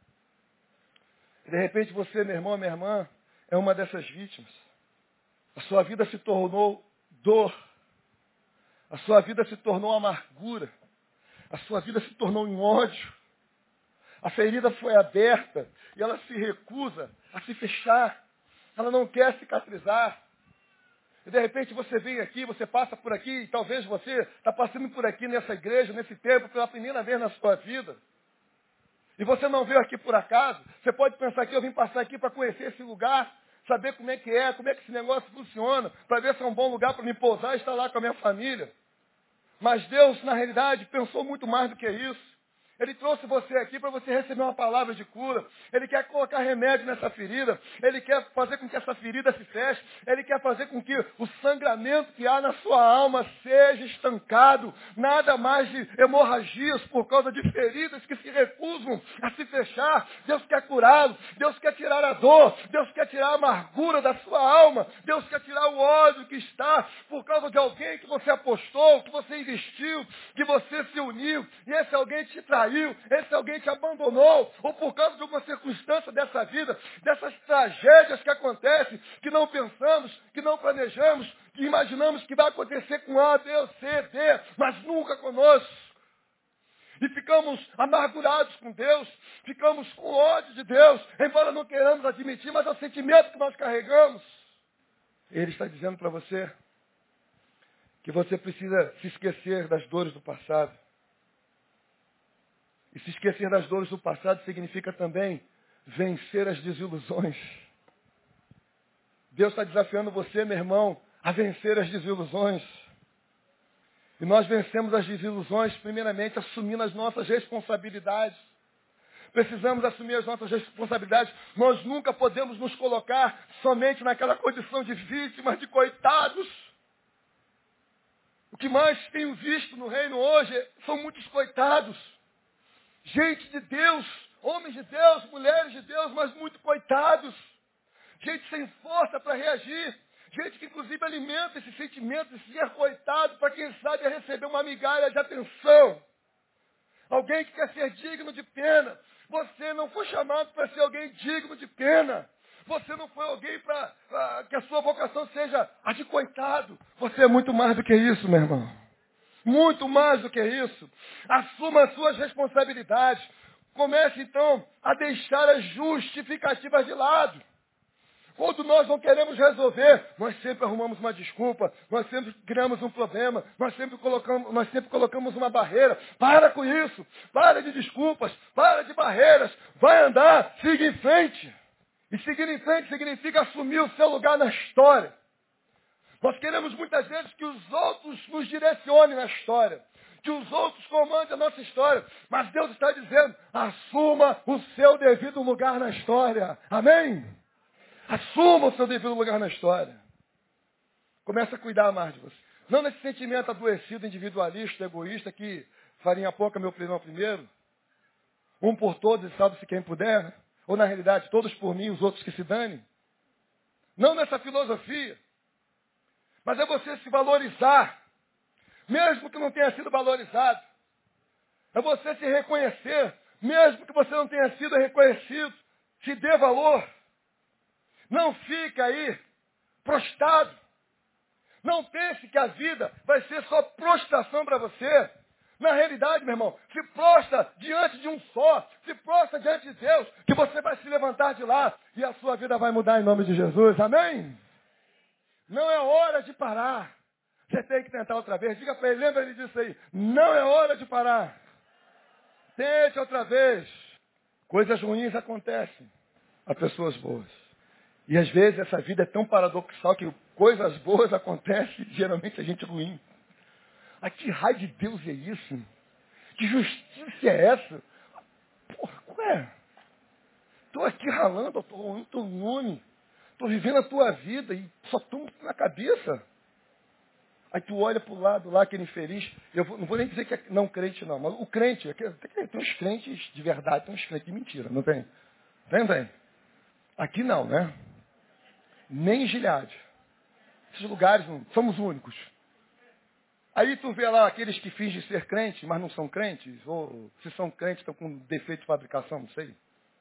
E de repente você, meu irmão, minha irmã, é uma dessas vítimas. A sua vida se tornou dor. A sua vida se tornou amargura. A sua vida se tornou em ódio. A ferida foi aberta e ela se recusa a se fechar. Ela não quer cicatrizar. E de repente você vem aqui, você passa por aqui, e talvez você está passando por aqui nessa igreja, nesse tempo, pela primeira vez na sua vida. E você não veio aqui por acaso. Você pode pensar que eu vim passar aqui para conhecer esse lugar, saber como é que é, como é que esse negócio funciona, para ver se é um bom lugar para me pousar e estar lá com a minha família. Mas Deus, na realidade, pensou muito mais do que isso. Ele trouxe você aqui para você receber uma palavra de cura. Ele quer colocar remédio nessa ferida. Ele quer fazer com que essa ferida se feche. Ele quer fazer com que o sangramento que há na sua alma seja estancado. Nada mais de hemorragias por causa de feridas que se recusam a se fechar. Deus quer curá-lo. Deus quer tirar a dor. Deus quer tirar a amargura da sua alma. Deus quer tirar o ódio que está por causa de alguém que você apostou, que você investiu, que você se uniu. E esse alguém te traiu. Esse alguém te abandonou, ou por causa de alguma circunstância dessa vida, dessas tragédias que acontecem, que não pensamos, que não planejamos, que imaginamos que vai acontecer com A, B, C, D, mas nunca conosco. E ficamos amargurados com Deus, ficamos com ódio de Deus, embora não queiramos admitir, mas é o sentimento que nós carregamos. Ele está dizendo para você que você precisa se esquecer das dores do passado. E se esquecer das dores do passado significa também vencer as desilusões. Deus está desafiando você, meu irmão, a vencer as desilusões. E nós vencemos as desilusões, primeiramente, assumindo as nossas responsabilidades. Precisamos assumir as nossas responsabilidades. Nós nunca podemos nos colocar somente naquela condição de vítimas, de coitados. O que mais tenho visto no reino hoje são muitos coitados. Gente de Deus, homens de Deus, mulheres de Deus, mas muito coitados. Gente sem força para reagir. Gente que inclusive alimenta esse sentimento de ser coitado para quem sabe receber uma migalha de atenção. Alguém que quer ser digno de pena. Você não foi chamado para ser alguém digno de pena. Você não foi alguém para que a sua vocação seja a de coitado. Você é muito mais do que isso, meu irmão. Muito mais do que isso. Assuma as suas responsabilidades. Comece, então, a deixar as justificativas de lado. Quando nós não queremos resolver, nós sempre arrumamos uma desculpa, nós sempre criamos um problema, nós sempre colocamos, nós sempre colocamos uma barreira. Para com isso. Para de desculpas, para de barreiras. Vai andar, siga em frente. E seguir em frente significa assumir o seu lugar na história. Nós queremos muitas vezes que os outros nos direcionem na história. Que os outros comandem a nossa história. Mas Deus está dizendo, assuma o seu devido lugar na história. Amém? Assuma o seu devido lugar na história. Comece a cuidar mais de você. Não nesse sentimento adoecido, individualista, egoísta, que farinha pouca, meu plenão primeiro. Um por todos e salve-se quem puder. Ou na realidade, todos por mim, os outros que se danem. Não nessa filosofia. Mas é você se valorizar, mesmo que não tenha sido valorizado. É você se reconhecer, mesmo que você não tenha sido reconhecido. Se dê valor. Não fique aí prostrado. Não pense que a vida vai ser só prostração para você. Na realidade, meu irmão, se prostra diante de um só, se prostra diante de Deus, que você vai se levantar de lá e a sua vida vai mudar em nome de Jesus. Amém? Não é hora de parar. Você tem que tentar outra vez. Diga para ele, lembra ele disso aí. Não é hora de parar. Tente outra vez. Coisas ruins acontecem a pessoas boas. E às vezes essa vida é tão paradoxal que coisas boas acontecem geralmente a gente é ruim. Ah, que raio de Deus é isso? Que justiça é essa? Porra, qual é? Estou aqui ralando, estou ruim, estou nome. Estou vivendo a tua vida e só estou na cabeça. Aí tu olha para o lado lá, aquele infeliz. Eu vou, não vou nem dizer que é não crente, não. Mas o crente, tem uns crentes de verdade, tem uns crentes de mentira, não tem? Tem, tem. Aqui não, né? Nem em Gileade. Esses lugares não, somos únicos. Aí tu vê lá aqueles que fingem ser crentes, mas não são crentes. Ou se são crentes, estão com defeito de fabricação, não sei.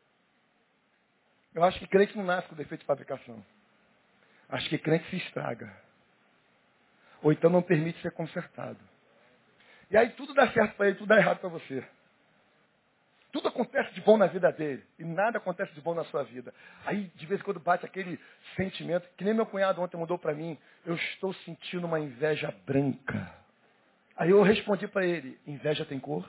Eu acho que crente não nasce com defeito de fabricação. Acho que crente se estraga. Ou então não permite ser consertado. E aí tudo dá certo para ele, tudo dá errado para você. Tudo acontece de bom na vida dele. E nada acontece de bom na sua vida. Aí de vez em quando bate aquele sentimento, que nem meu cunhado ontem mandou para mim. Eu estou sentindo uma inveja branca. Aí eu respondi para ele, inveja tem cor?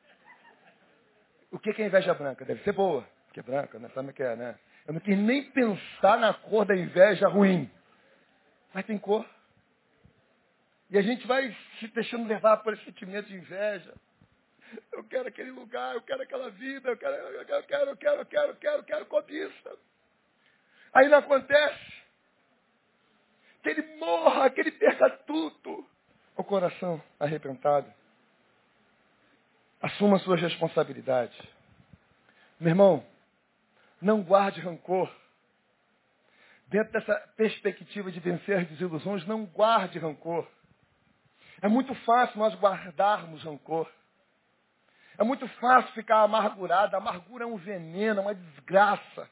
O que é inveja branca? Deve ser boa. Porque é branca, né? Sabe o que é, né? Eu não quis nem pensar na cor da inveja ruim. Mas tem cor. E a gente vai se deixando levar por esse sentimento de inveja. Eu quero aquele lugar, eu quero aquela vida, eu quero, eu quero, eu quero, eu quero, eu quero, eu quero, eu quero cobiça. Aí não acontece. Que ele morra, que ele perca tudo. O coração arrepentado. Assuma suas responsabilidades. Meu irmão, não guarde rancor. Dentro dessa perspectiva de vencer desilusões, não guarde rancor. É muito fácil nós guardarmos rancor. É muito fácil ficar amargurado. A amargura é um veneno, é uma desgraça.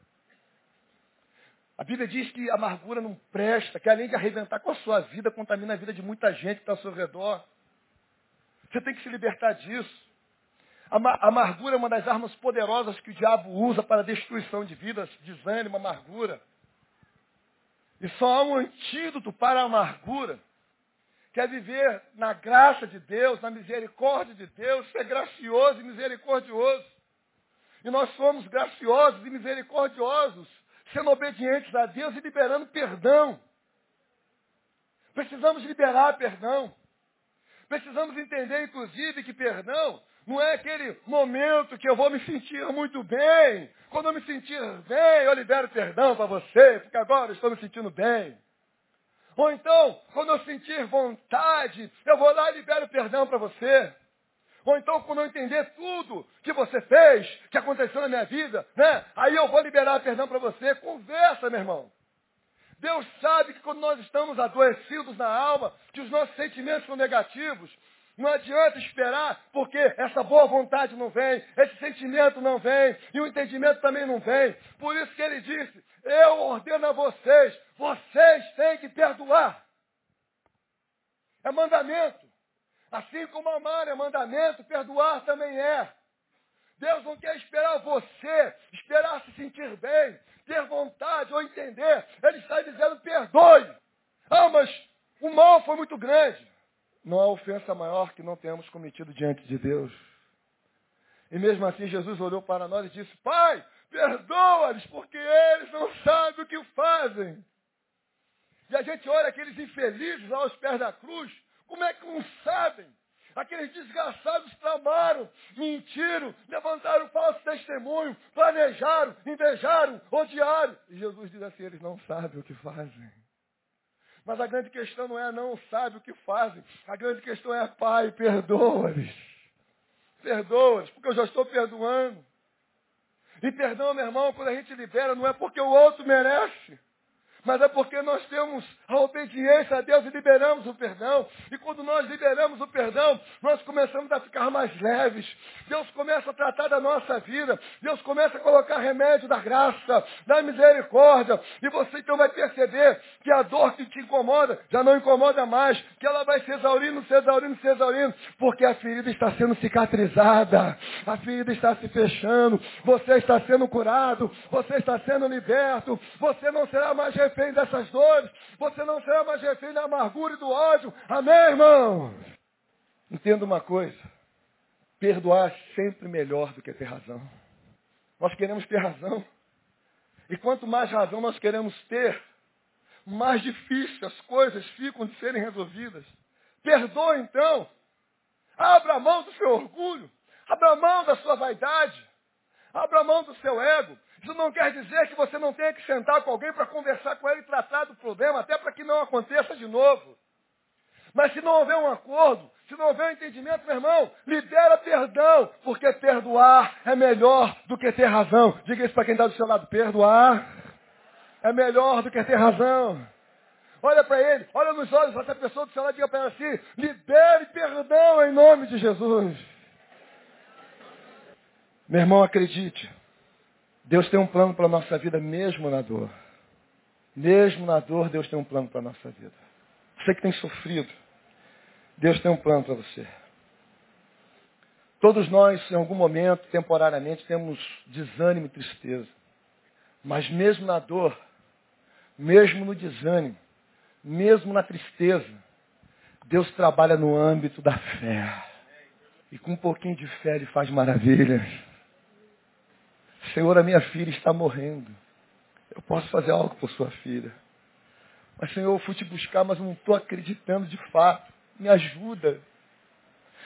A Bíblia diz que a amargura não presta, que além de arrebentar com a sua vida, contamina a vida de muita gente que está ao seu redor. Você tem que se libertar disso. A amargura é uma das armas poderosas que o diabo usa para a destruição de vidas, desânimo, amargura. E só há um antídoto para a amargura, que é viver na graça de Deus, na misericórdia de Deus, ser gracioso e misericordioso. E nós somos graciosos e misericordiosos, sendo obedientes a Deus e liberando perdão. Precisamos liberar perdão. Precisamos entender, inclusive, que perdão não é aquele momento que eu vou me sentir muito bem. Quando eu me sentir bem, eu libero perdão para você, porque agora eu estou me sentindo bem. Ou então, quando eu sentir vontade, eu vou lá e libero perdão para você. Ou então, quando eu entender tudo que você fez, que aconteceu na minha vida, né? Aí eu vou liberar perdão para você. Conversa, meu irmão. Deus sabe que quando nós estamos adoecidos na alma, que os nossos sentimentos são negativos, não adianta esperar, porque essa boa vontade não vem, esse sentimento não vem, e o entendimento também não vem. Por isso que ele disse, eu ordeno a vocês, vocês têm que perdoar. É mandamento. Assim como amar é mandamento, perdoar também é. Deus não quer esperar você, esperar se sentir bem, ter vontade ou entender. Ele está dizendo, perdoe. Ah, mas o mal foi muito grande. Não há ofensa maior que não tenhamos cometido diante de Deus. E mesmo assim Jesus olhou para nós e disse, Pai, perdoa-lhes, porque eles não sabem o que fazem. E a gente olha aqueles infelizes lá aos pés da cruz, como é que não sabem? Aqueles desgraçados tramaram, mentiram, levantaram falso testemunho, planejaram, invejaram, odiaram. E Jesus diz assim, eles não sabem o que fazem. Mas a grande questão não é não sabem o que fazem. A grande questão é, Pai, perdoa-lhes. Perdoa-lhes, porque eu já estou perdoando. E perdão, meu irmão, quando a gente libera, não é porque o outro merece. Mas é porque nós temos a obediência a Deus e liberamos o perdão. E quando nós liberamos o perdão, nós começamos a ficar mais leves. Deus começa a tratar da nossa vida. Deus começa a colocar remédio da graça, da misericórdia. E você então vai perceber que a dor que te incomoda já não incomoda mais. Que ela vai se exaurindo, se exaurindo, se exaurindo. Porque a ferida está sendo cicatrizada. A ferida está se fechando. Você está sendo curado. Você está sendo liberto. Você não será mais refém dessas dores, você não será mais refém da amargura e do ódio. Amém, irmão? Entenda uma coisa, perdoar é sempre melhor do que ter razão. Nós queremos ter razão. E quanto mais razão nós queremos ter, mais difícil as coisas ficam de serem resolvidas. Perdoa então. Abra a mão do seu orgulho. Abra a mão da sua vaidade. Abra mão do seu ego. Isso não quer dizer que você não tenha que sentar com alguém para conversar com ele e tratar do problema, até para que não aconteça de novo. Mas se não houver um acordo, se não houver um entendimento, meu irmão, libera perdão, porque perdoar é melhor do que ter razão. Diga isso para quem está do seu lado, perdoar é melhor do que ter razão. Olha para ele, olha nos olhos dessa pessoa do seu lado e diga para ela assim, libere perdão em nome de Jesus. Meu irmão, acredite, Deus tem um plano para a nossa vida mesmo na dor. Mesmo na dor, Deus tem um plano para a nossa vida. Você que tem sofrido, Deus tem um plano para você. Todos nós, em algum momento, temporariamente, temos desânimo e tristeza. Mas mesmo na dor, mesmo no desânimo, mesmo na tristeza, Deus trabalha no âmbito da fé. E com um pouquinho de fé Ele faz maravilhas. Senhor, a minha filha está morrendo. Eu posso fazer algo por sua filha. Mas, Senhor, eu fui te buscar, mas não estou acreditando de fato. Me ajuda.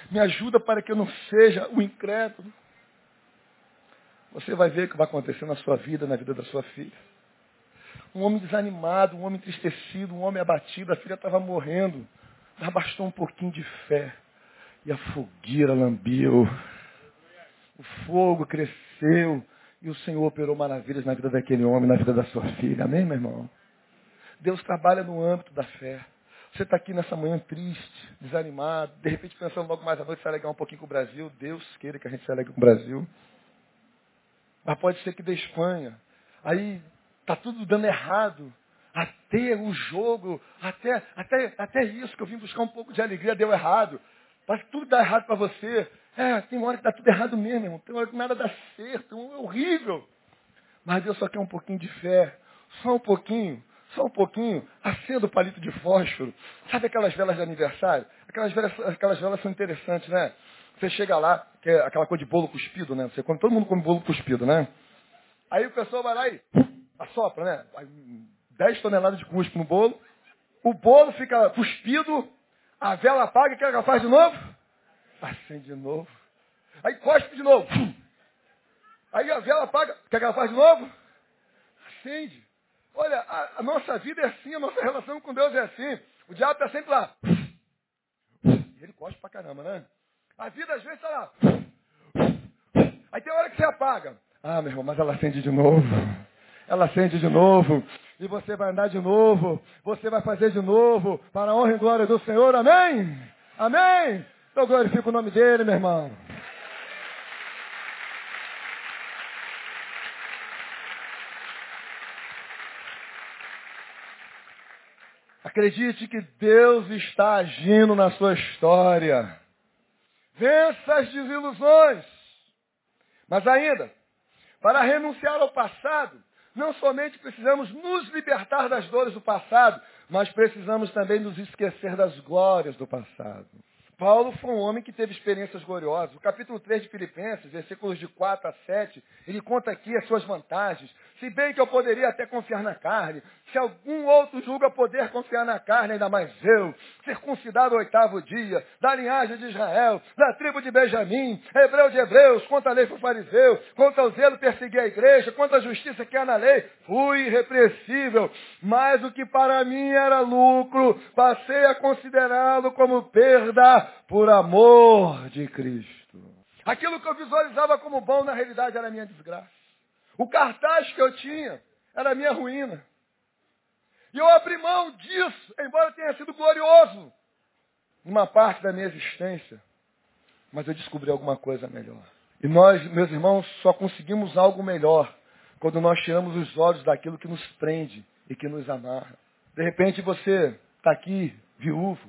Me ajuda para que eu não seja o incrédulo. Você vai ver o que vai acontecer na sua vida, na vida da sua filha. Um homem desanimado, um homem entristecido, um homem abatido. A filha estava morrendo. Mas bastou um pouquinho de fé. E a fogueira lambiu. O fogo cresceu. E o Senhor operou maravilhas na vida daquele homem, na vida da sua filha. Amém, meu irmão? Deus trabalha no âmbito da fé. Você está aqui nessa manhã triste, desanimado, de repente pensando logo mais à noite se alegar um pouquinho com o Brasil. Deus queira que a gente se alegre com o Brasil. Mas pode ser que dê Espanha. Aí está tudo dando errado. Até o jogo, até, até, até isso que eu vim buscar um pouco de alegria deu errado. Mas tudo dá errado para você. É, tem uma hora que dá tudo errado mesmo, irmão. Tem uma hora que nada dá certo. É horrível. Mas Deus só quer um pouquinho de fé. Só um pouquinho. Só um pouquinho. Acenda o palito de fósforo. Sabe aquelas velas de aniversário? Aquelas velas, aquelas velas são interessantes, né? Você chega lá, que é aquela coisa de bolo cuspido, né? Você come, todo mundo come bolo cuspido, né? Aí o pessoal vai lá e assopra, né? dez toneladas de cuspe no bolo. O bolo fica cuspido. A vela apaga. O que ela faz de novo? Acende de novo. Aí cospe de novo. Aí a vela apaga. O que ela faz de novo? Acende. Olha, a, a nossa vida é assim. A nossa relação com Deus é assim. O diabo está sempre lá. E ele cospe pra caramba, né? A vida às vezes está lá. Aí tem hora que você apaga. Ah, meu irmão, mas ela acende de novo. Ela acende de novo. E você vai andar de novo. Você vai fazer de novo. Para a honra e glória do Senhor. Amém? Amém? Então glorifico o nome dele, meu irmão. Acredite que Deus está agindo na sua história. Vença as desilusões. Mas ainda, para renunciar ao passado, não somente precisamos nos libertar das dores do passado, mas precisamos também nos esquecer das glórias do passado. Paulo foi um homem que teve experiências gloriosas. O capítulo três de Filipenses, versículos de quatro a sete, ele conta aqui as suas vantagens. Se bem que eu poderia até confiar na carne, se algum outro julga poder confiar na carne, ainda mais eu, circuncidado ao oitavo dia, da linhagem de Israel, da tribo de Benjamim, hebreu de hebreus, quanto à lei fui fariseu, quanto ao zelo persegui a igreja, quanto à justiça que há na lei, fui irrepreensível, mas o que para mim era lucro, passei a considerá-lo como perda por amor de Cristo. Aquilo que eu visualizava como bom, na realidade era a minha desgraça. O cartaz que eu tinha era a minha ruína. E eu abri mão disso, embora tenha sido glorioso, numa parte da minha existência. Mas eu descobri alguma coisa melhor. E nós, meus irmãos, só conseguimos algo melhor quando nós tiramos os olhos daquilo que nos prende e que nos amarra. De repente você está aqui, viúvo.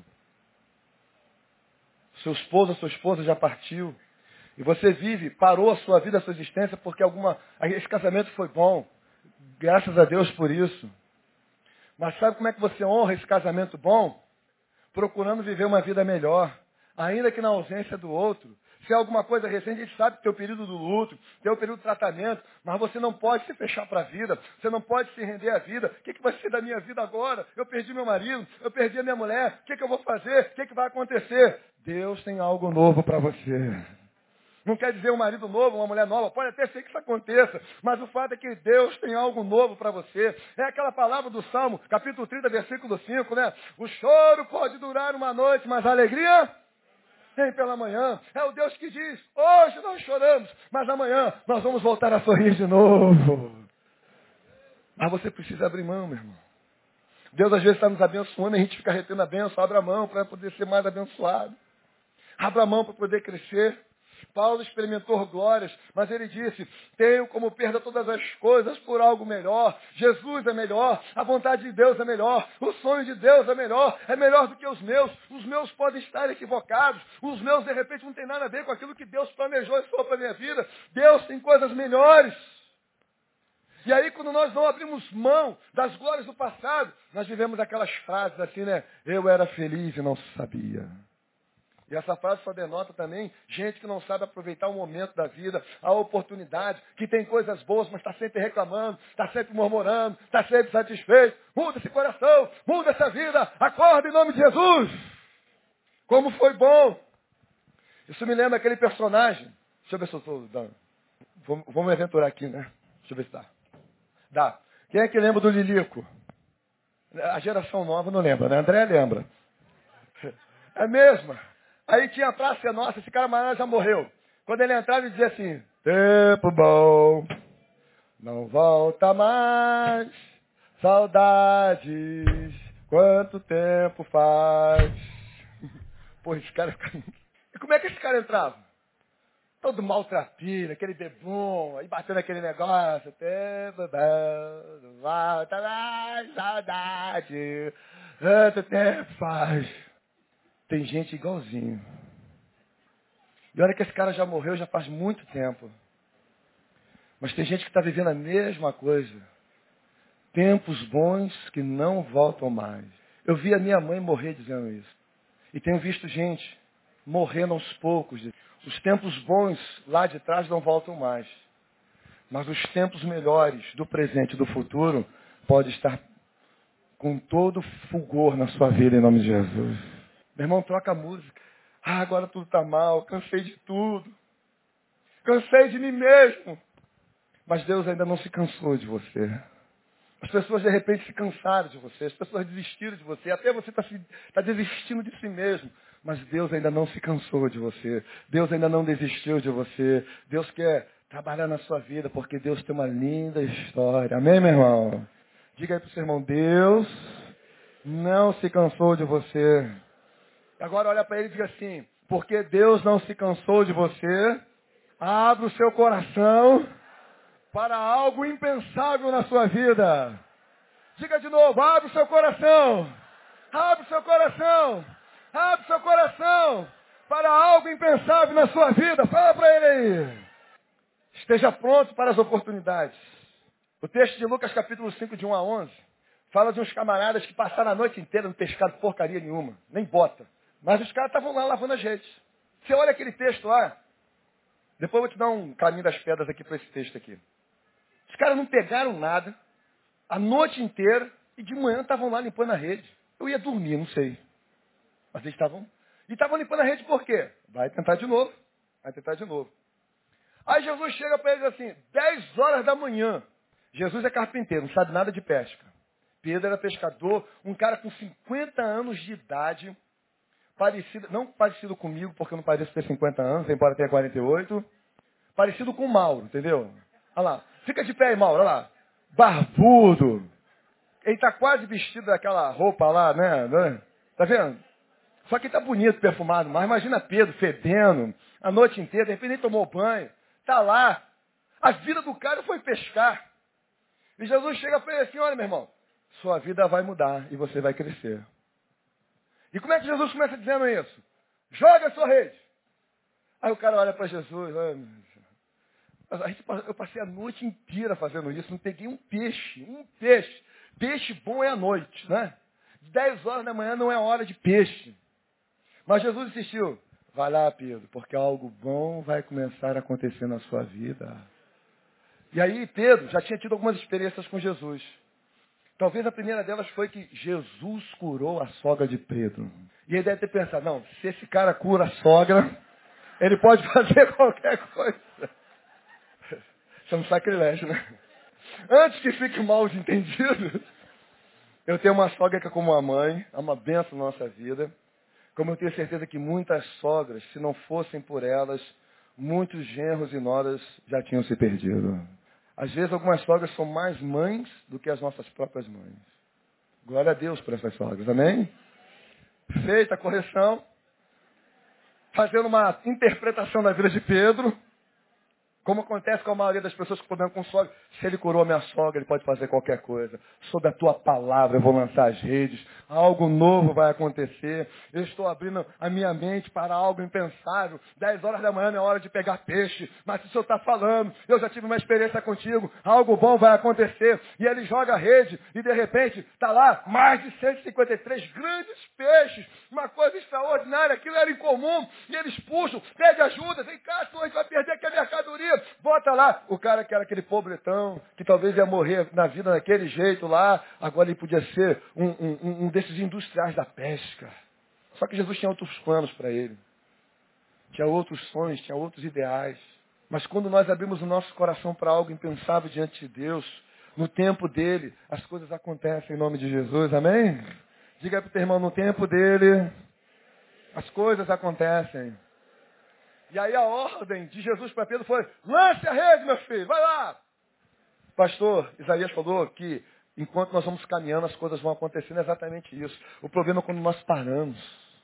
Seu esposo, a sua esposa já partiu. E você vive, parou a sua vida, a sua existência, porque alguma, esse casamento foi bom. Graças a Deus por isso. Mas sabe como é que você honra esse casamento bom? Procurando viver uma vida melhor. Ainda que na ausência do outro. Se é alguma coisa recente, a gente sabe que tem o período do luto, tem o período do tratamento, mas você não pode se fechar para a vida, você não pode se render à vida. O que, que vai ser da minha vida agora? Eu perdi meu marido, eu perdi a minha mulher, o que, que eu vou fazer? O que, que vai acontecer? Deus tem algo novo para você. Não quer dizer um marido novo, uma mulher nova, pode até ser que isso aconteça, mas o fato é que Deus tem algo novo para você. É aquela palavra do Salmo, capítulo trinta, versículo cinco, né? O choro pode durar uma noite, mas a alegria vem pela manhã. É o Deus que diz, hoje nós choramos, mas amanhã nós vamos voltar a sorrir de novo. Mas você precisa abrir mão, meu irmão. Deus às vezes está nos abençoando e a gente fica retendo a bênção. Abra a mão para poder ser mais abençoado. Abra a mão para poder crescer. Paulo experimentou glórias, mas ele disse, tenho como perda todas as coisas por algo melhor. Jesus é melhor, a vontade de Deus é melhor, o sonho de Deus é melhor, é melhor do que os meus. Os meus podem estar equivocados, os meus de repente não tem nada a ver com aquilo que Deus planejou e falou para a minha vida. Deus tem coisas melhores. E aí quando nós não abrimos mão das glórias do passado, nós vivemos aquelas frases assim, né? Eu era feliz e não sabia. E essa frase só denota também gente que não sabe aproveitar o momento da vida, a oportunidade, que tem coisas boas, mas está sempre reclamando, está sempre murmurando, está sempre satisfeito. Muda esse coração, muda essa vida, acorda em nome de Jesus. Como foi bom Isso me lembra aquele personagem. Deixa eu ver se eu estou dando. Vamos, vamos me aventurar aqui, né? Deixa eu ver se dá. Dá. Quem é que lembra do Lilico? A geração nova não lembra, né? André lembra. É mesmo. Aí tinha a Praça é Nossa, esse cara mais já morreu. Quando ele entrava, ele dizia assim, tempo bom, não volta mais, saudades, quanto tempo faz. Pô, esse cara... E como é que esse cara entrava? Todo maltrapilho, aquele bebum, aí batendo aquele negócio, tempo bom, não volta mais, saudade, quanto tempo faz. Tem gente igualzinho. E olha que esse cara já morreu já faz muito tempo. Mas tem gente que está vivendo a mesma coisa. Tempos bons que não voltam mais. Eu vi a minha mãe morrer dizendo isso. E tenho visto gente morrendo aos poucos. Os tempos bons lá de trás não voltam mais. Mas os tempos melhores do presente e do futuro podem estar com todo fulgor na sua vida em nome de Jesus. Meu irmão, troca a música. Ah, agora tudo está mal, cansei de tudo. Cansei de mim mesmo. Mas Deus ainda não se cansou de você. As pessoas de repente se cansaram de você. As pessoas desistiram de você. Até você está tá desistindo de si mesmo. Mas Deus ainda não se cansou de você. Deus ainda não desistiu de você. Deus quer trabalhar na sua vida porque Deus tem uma linda história. Amém, meu irmão? Diga aí para o seu irmão, Deus não se cansou de você. Agora olha para ele e diga assim, porque Deus não se cansou de você, abra o seu coração para algo impensável na sua vida. Diga de novo, abre o seu coração, abre o seu coração, abre o seu coração para algo impensável na sua vida. Fala para ele aí. Esteja pronto para as oportunidades. O texto de Lucas capítulo cinco, de um a onze, fala de uns camaradas que passaram a noite inteira não pescaram porcaria nenhuma, nem bota. Mas os caras estavam lá lavando as redes. Você olha aquele texto lá, depois eu vou te dar um caminho das pedras aqui para esse texto aqui. Os caras não pegaram nada, a noite inteira, e de manhã estavam lá limpando a rede. Eu ia dormir, não sei. Mas eles estavam... E estavam limpando a rede por quê? Vai tentar de novo. Vai tentar de novo. Aí Jesus chega para eles assim, dez horas da manhã. Jesus é carpinteiro, não sabe nada de pesca. Pedro era pescador, um cara com cinquenta anos de idade, parecido, não parecido comigo, porque eu não pareço ter cinquenta anos, embora tenha quarenta e oito, parecido com o Mauro, entendeu? Olha lá, fica de pé aí, Mauro, olha lá. Barbudo. Ele está quase vestido daquela roupa lá, né? Tá vendo? Só que tá bonito, perfumado, mas imagina Pedro fedendo a noite inteira, de repente nem tomou banho, tá lá. A vida do cara foi pescar. E Jesus chega para ele assim, olha meu irmão, sua vida vai mudar e você vai crescer. E como é que Jesus começa dizendo isso? Joga a sua rede. Aí o cara olha para Jesus, eu passei a noite inteira fazendo isso, não peguei um peixe, um peixe. Peixe bom é à noite, né? Dez horas da manhã não é hora de peixe. Mas Jesus insistiu, vai lá, Pedro, porque algo bom vai começar a acontecer na sua vida. E aí Pedro já tinha tido algumas experiências com Jesus. Talvez a primeira delas foi que Jesus curou a sogra de Pedro. E ele deve ter pensado, não, se esse cara cura a sogra, ele pode fazer qualquer coisa. Isso é um sacrilégio, né? Antes que fique mal entendido, eu tenho uma sogra que é como uma mãe, é uma bênção na nossa vida. Como eu tenho certeza que muitas sogras, se não fossem por elas, muitos genros e noras já tinham se perdido. Às vezes algumas sogras são mais mães do que as nossas próprias mães. Glória a Deus por essas sogras, amém? Feita a correção, fazendo uma interpretação da vida de Pedro, como acontece com a maioria das pessoas que problemam com sogra. Se ele curou a minha sogra, ele pode fazer qualquer coisa. Sob a tua palavra eu vou lançar as redes. Algo novo vai acontecer. Eu estou abrindo a minha mente para algo impensável. Dez horas da manhã é hora de pegar peixe. Mas se o Senhor está falando, eu já tive uma experiência contigo. Algo bom vai acontecer. E ele joga a rede e de repente está lá mais de cento e cinquenta e três grandes peixes. Uma coisa extraordinária. Aquilo era incomum. E eles puxam, pede ajuda. Vem cá, senhor, a gente vai perder aqui a mercadoria. Bota lá, o cara que era aquele pobretão, que talvez ia morrer na vida daquele jeito lá, agora ele podia ser um, um, um desses industriais da pesca. Só que Jesus tinha outros planos para ele. tinha outros sonhos, tinha outros ideais. Mas quando nós abrimos o nosso coração para algo impensável diante de Deus, no tempo dele, as coisas acontecem em nome de Jesus, amém? Diga para o teu irmão, no tempo dele, as coisas acontecem. E aí a ordem de Jesus para Pedro foi, lance a rede, meu filho, vai lá. Pastor, Isaías falou que enquanto nós vamos caminhando, as coisas vão acontecendo, é exatamente isso. O problema é quando nós paramos.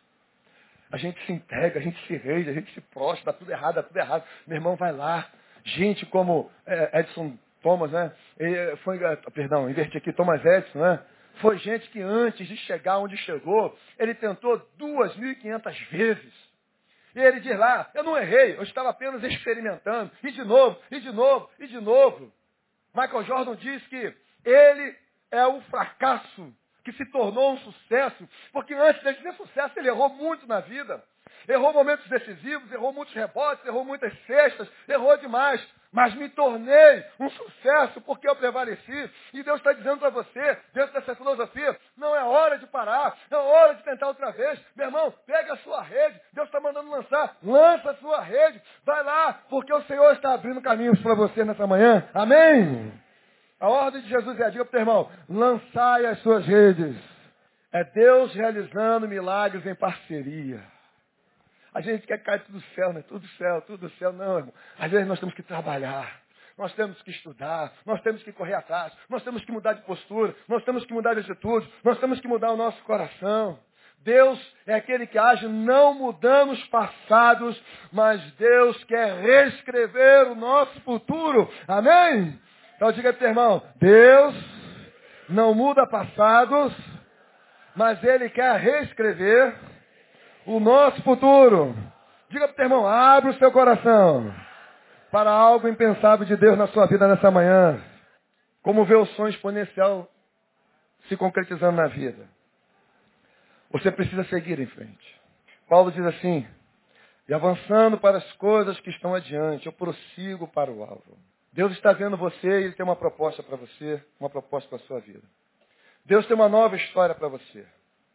A gente se entrega, a gente se rende, a gente se prostra, dá tudo errado, dá tudo errado. Meu irmão, vai lá. Gente como é, Edson Thomas, né? Ele foi, perdão, inverti aqui, Thomas Edison, né? Foi gente que antes de chegar onde chegou, ele tentou duas mil e quinhentas vezes. E ele diz lá, eu não errei, eu estava apenas experimentando. E de novo, e de novo, e de novo. Michael Jordan diz que ele é o fracasso que se tornou um sucesso, porque antes dele ter sucesso, ele errou muito na vida. Errou momentos decisivos, errou muitos rebotes, errou muitas cestas, errou demais. Mas me tornei um sucesso porque eu prevaleci. E Deus está dizendo para você, dentro dessa filosofia, não é hora de parar, é hora de tentar outra vez. Meu irmão, pega a sua rede, Deus está mandando lançar, lança a sua rede, vai lá, porque o Senhor está abrindo caminhos para você nessa manhã. Amém? A ordem de Jesus é a dica para o teu irmão, lançai as suas redes. É Deus realizando milagres em parceria. A gente quer cair tudo do céu, né? Tudo do céu, tudo do céu. Não, irmão. Às vezes nós temos que trabalhar. Nós temos que estudar. Nós temos que correr atrás. Nós temos que mudar de postura. Nós temos que mudar de atitude. Nós temos que mudar o nosso coração. Deus é aquele que age não mudando os passados, mas Deus quer reescrever o nosso futuro. Amém? Então diga para o teu irmão, Deus não muda passados, mas Ele quer reescrever o nosso futuro. Diga para o teu irmão, abre o seu coração para algo impensável de Deus na sua vida nessa manhã. Como ver o sonho exponencial se concretizando na vida. Você precisa seguir em frente. Paulo diz assim, e avançando para as coisas que estão adiante, eu prossigo para o alvo. Deus está vendo você e Ele tem uma proposta para você, uma proposta para a sua vida. Deus tem uma nova história para você.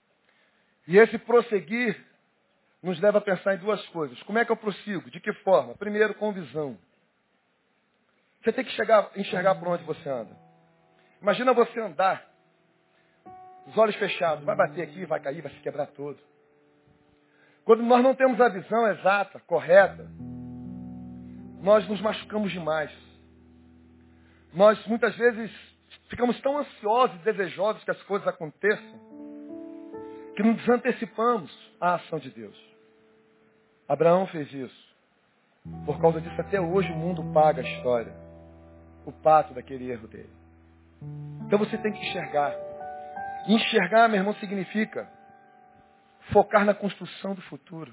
E esse prosseguir nos leva a pensar em duas coisas. Como é que eu prossigo? De que forma? Primeiro, com visão. Você tem que chegar, enxergar por onde você anda. Imagina você andar, os olhos fechados, vai bater aqui, vai cair, vai se quebrar todo. Quando nós não temos a visão exata, correta, nós nos machucamos demais. Nós muitas vezes ficamos tão ansiosos e desejosos que as coisas aconteçam, que nos antecipamos à ação de Deus. Abraão fez isso. Por causa disso, até hoje o mundo paga a história. O pato daquele erro dele. Então você tem que enxergar. E enxergar, meu irmão, significa focar na construção do futuro.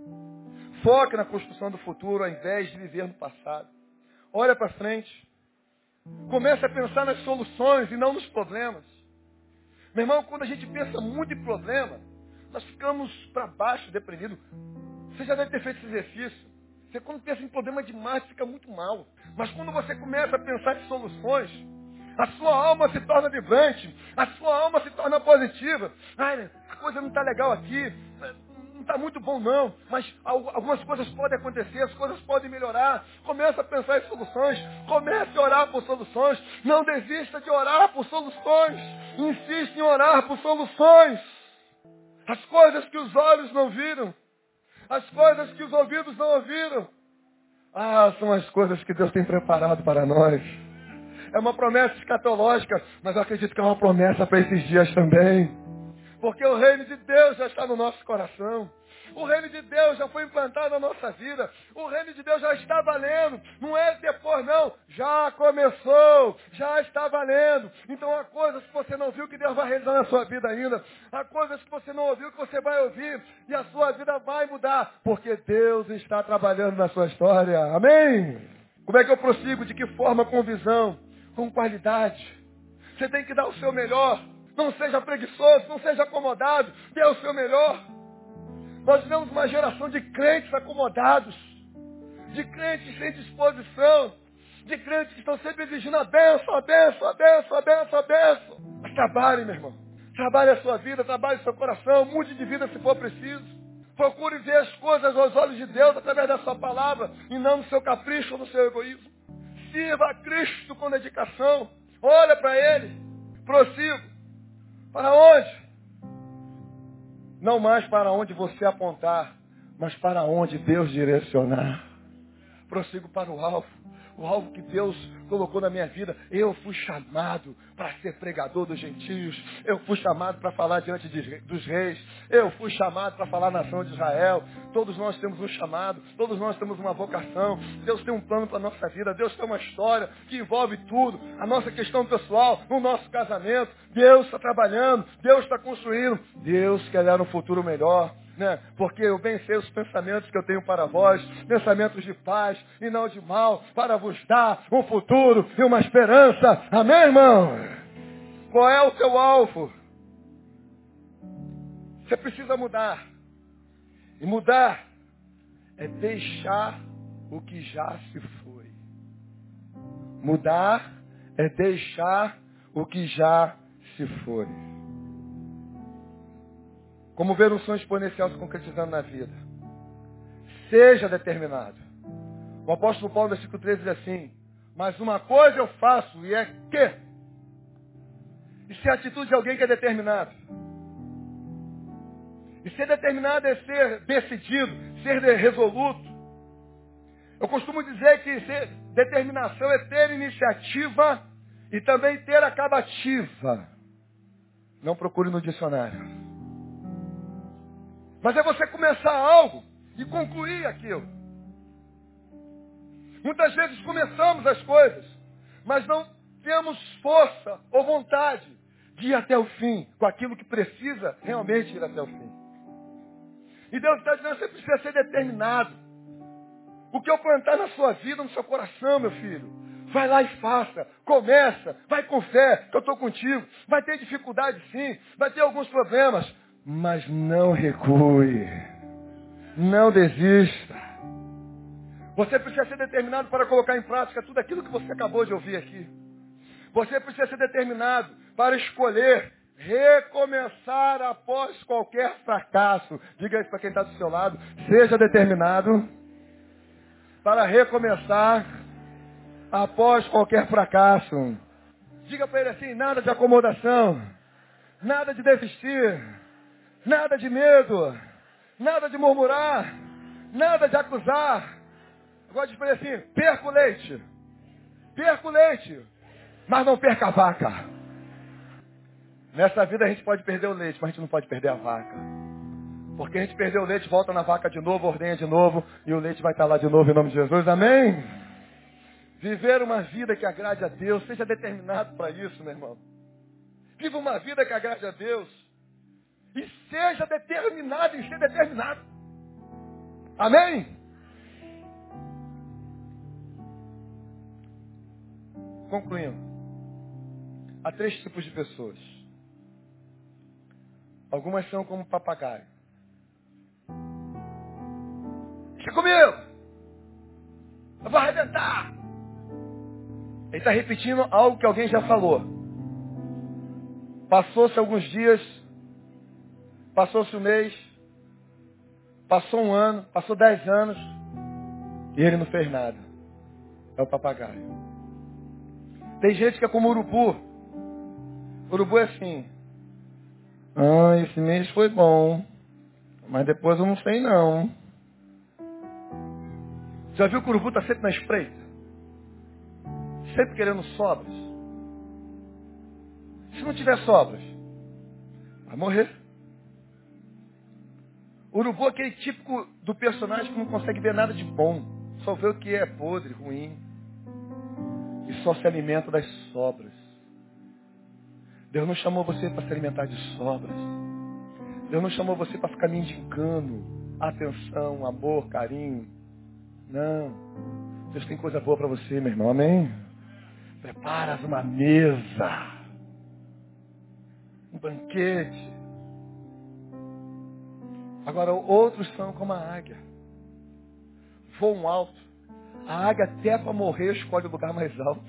Foque na construção do futuro ao invés de viver no passado. Olha para frente. Comece a pensar nas soluções e não nos problemas. Meu irmão, quando a gente pensa muito em problema, nós ficamos para baixo, deprimidos. Você já deve ter feito esse exercício. Você quando pensa em problema demais, fica muito mal. Mas quando você começa a pensar em soluções, a sua alma se torna vibrante, a sua alma se torna positiva. Ai, a coisa não está legal aqui, não está muito bom não, mas algumas coisas podem acontecer, as coisas podem melhorar. Começa a pensar em soluções, comece a orar por soluções, não desista de orar por soluções, insiste em orar por soluções. As coisas que os olhos não viram, as coisas que os ouvidos não ouviram, ah, são as coisas que Deus tem preparado para nós. É uma promessa escatológica, mas eu acredito que é uma promessa para esses dias também. Porque o reino de Deus já está no nosso coração. O reino de Deus já foi implantado na nossa vida. O reino de Deus já está valendo. Não é depois não. Já começou. Já está valendo. Então há coisas que você não viu que Deus vai realizar na sua vida ainda. Há coisas que você não ouviu que você vai ouvir. E a sua vida vai mudar. Porque Deus está trabalhando na sua história. Amém? Como é que eu prossigo? De que forma? Com visão. Com qualidade. Você tem que dar o seu melhor. Não seja preguiçoso, não seja acomodado. Dê o seu melhor. Nós vivemos uma geração de crentes acomodados. De crentes sem disposição. De crentes que estão sempre exigindo a bênção, a bênção, a bênção, a bênção, a bênção. Mas trabalhe, meu irmão. Trabalhe a sua vida, trabalhe o seu coração. Mude de vida se for preciso. Procure ver as coisas aos olhos de Deus através da sua palavra e não no seu capricho ou no seu egoísmo. Sirva a Cristo com dedicação. Olha para Ele. Prossigo. Para onde? Não mais para onde você apontar, mas para onde Deus direcionar. Prossigo para o alvo. O alvo que Deus colocou na minha vida. Eu fui chamado para ser pregador dos gentios. Eu fui chamado para falar diante de, dos reis. Eu fui chamado para falar à nação de Israel. Todos nós temos um chamado. Todos nós temos uma vocação. Deus tem um plano para a nossa vida. Deus tem uma história que envolve tudo. A nossa questão pessoal, o nosso casamento. Deus está trabalhando. Deus está construindo. Deus quer dar um futuro melhor. Né? Porque eu bem sei os pensamentos que eu tenho para vós, pensamentos de paz e não de mal, para vos dar um futuro e uma esperança. Amém, irmão? Qual é o teu alvo? Você precisa mudar. E mudar é deixar o que já se foi. Mudar é deixar o que já se foi. Como ver um sonho exponencial se concretizando na vida. Seja determinado. O apóstolo Paulo, no versículo treze, diz assim: mas uma coisa eu faço, e é que... Isso é a atitude de alguém que é determinado. E ser determinado é ser decidido, ser resoluto. Eu costumo dizer que ser determinação é ter iniciativa e também ter acabativa. Não procure no dicionário. Mas é você começar algo e concluir aquilo. Muitas vezes começamos as coisas, mas não temos força ou vontade de ir até o fim, com aquilo que precisa realmente ir até o fim. E Deus está dizendo, você precisa ser determinado. O que eu plantar na sua vida, no seu coração, meu filho, vai lá e faça, começa, vai com fé, que eu estou contigo. Vai ter dificuldade sim, vai ter alguns problemas, mas não recue. Não desista. Você precisa ser determinado para colocar em prática tudo aquilo que você acabou de ouvir aqui. Você precisa ser determinado para escolher recomeçar após qualquer fracasso. Diga isso para quem está do seu lado. Seja determinado para recomeçar após qualquer fracasso. Diga para ele assim, nada de acomodação, nada de desistir. Nada de medo, nada de murmurar, nada de acusar. Agora diz para ele assim, perca o leite, perca o leite, mas não perca a vaca. Nessa vida a gente pode perder o leite, mas a gente não pode perder a vaca. Porque a gente perdeu o leite, volta na vaca de novo, ordenha de novo, e o leite vai estar lá de novo em nome de Jesus, amém? Viver uma vida que agrade a Deus, seja determinado para isso, meu irmão. Viva uma vida que agrade a Deus. E seja determinado em ser determinado. Amém? Concluindo. Há três tipos de pessoas. Algumas são como papagaio. Deixa comigo! Eu vou arrebentar! Ele está repetindo algo que alguém já falou. Passou-se alguns dias... Passou-se um mês, passou um ano, passou dez anos, e ele não fez nada. É o papagaio. Tem gente que é como urubu. Urubu é assim. Ah, esse mês foi bom, mas depois eu não sei não. Já viu que o urubu está sempre na espreita? Sempre querendo sobras. Se não tiver sobras, vai morrer. O urubu é aquele típico do personagem que não consegue ver nada de bom. Só vê o que é podre, ruim. E só se alimenta das sobras. Deus não chamou você para se alimentar de sobras. Deus não chamou você para ficar mendigando atenção, amor, carinho. Não. Deus tem coisa boa para você, meu irmão. Amém? Preparas uma mesa. Um banquete. Agora, outros são como a águia. Voam alto. A águia até para morrer escolhe o lugar mais alto.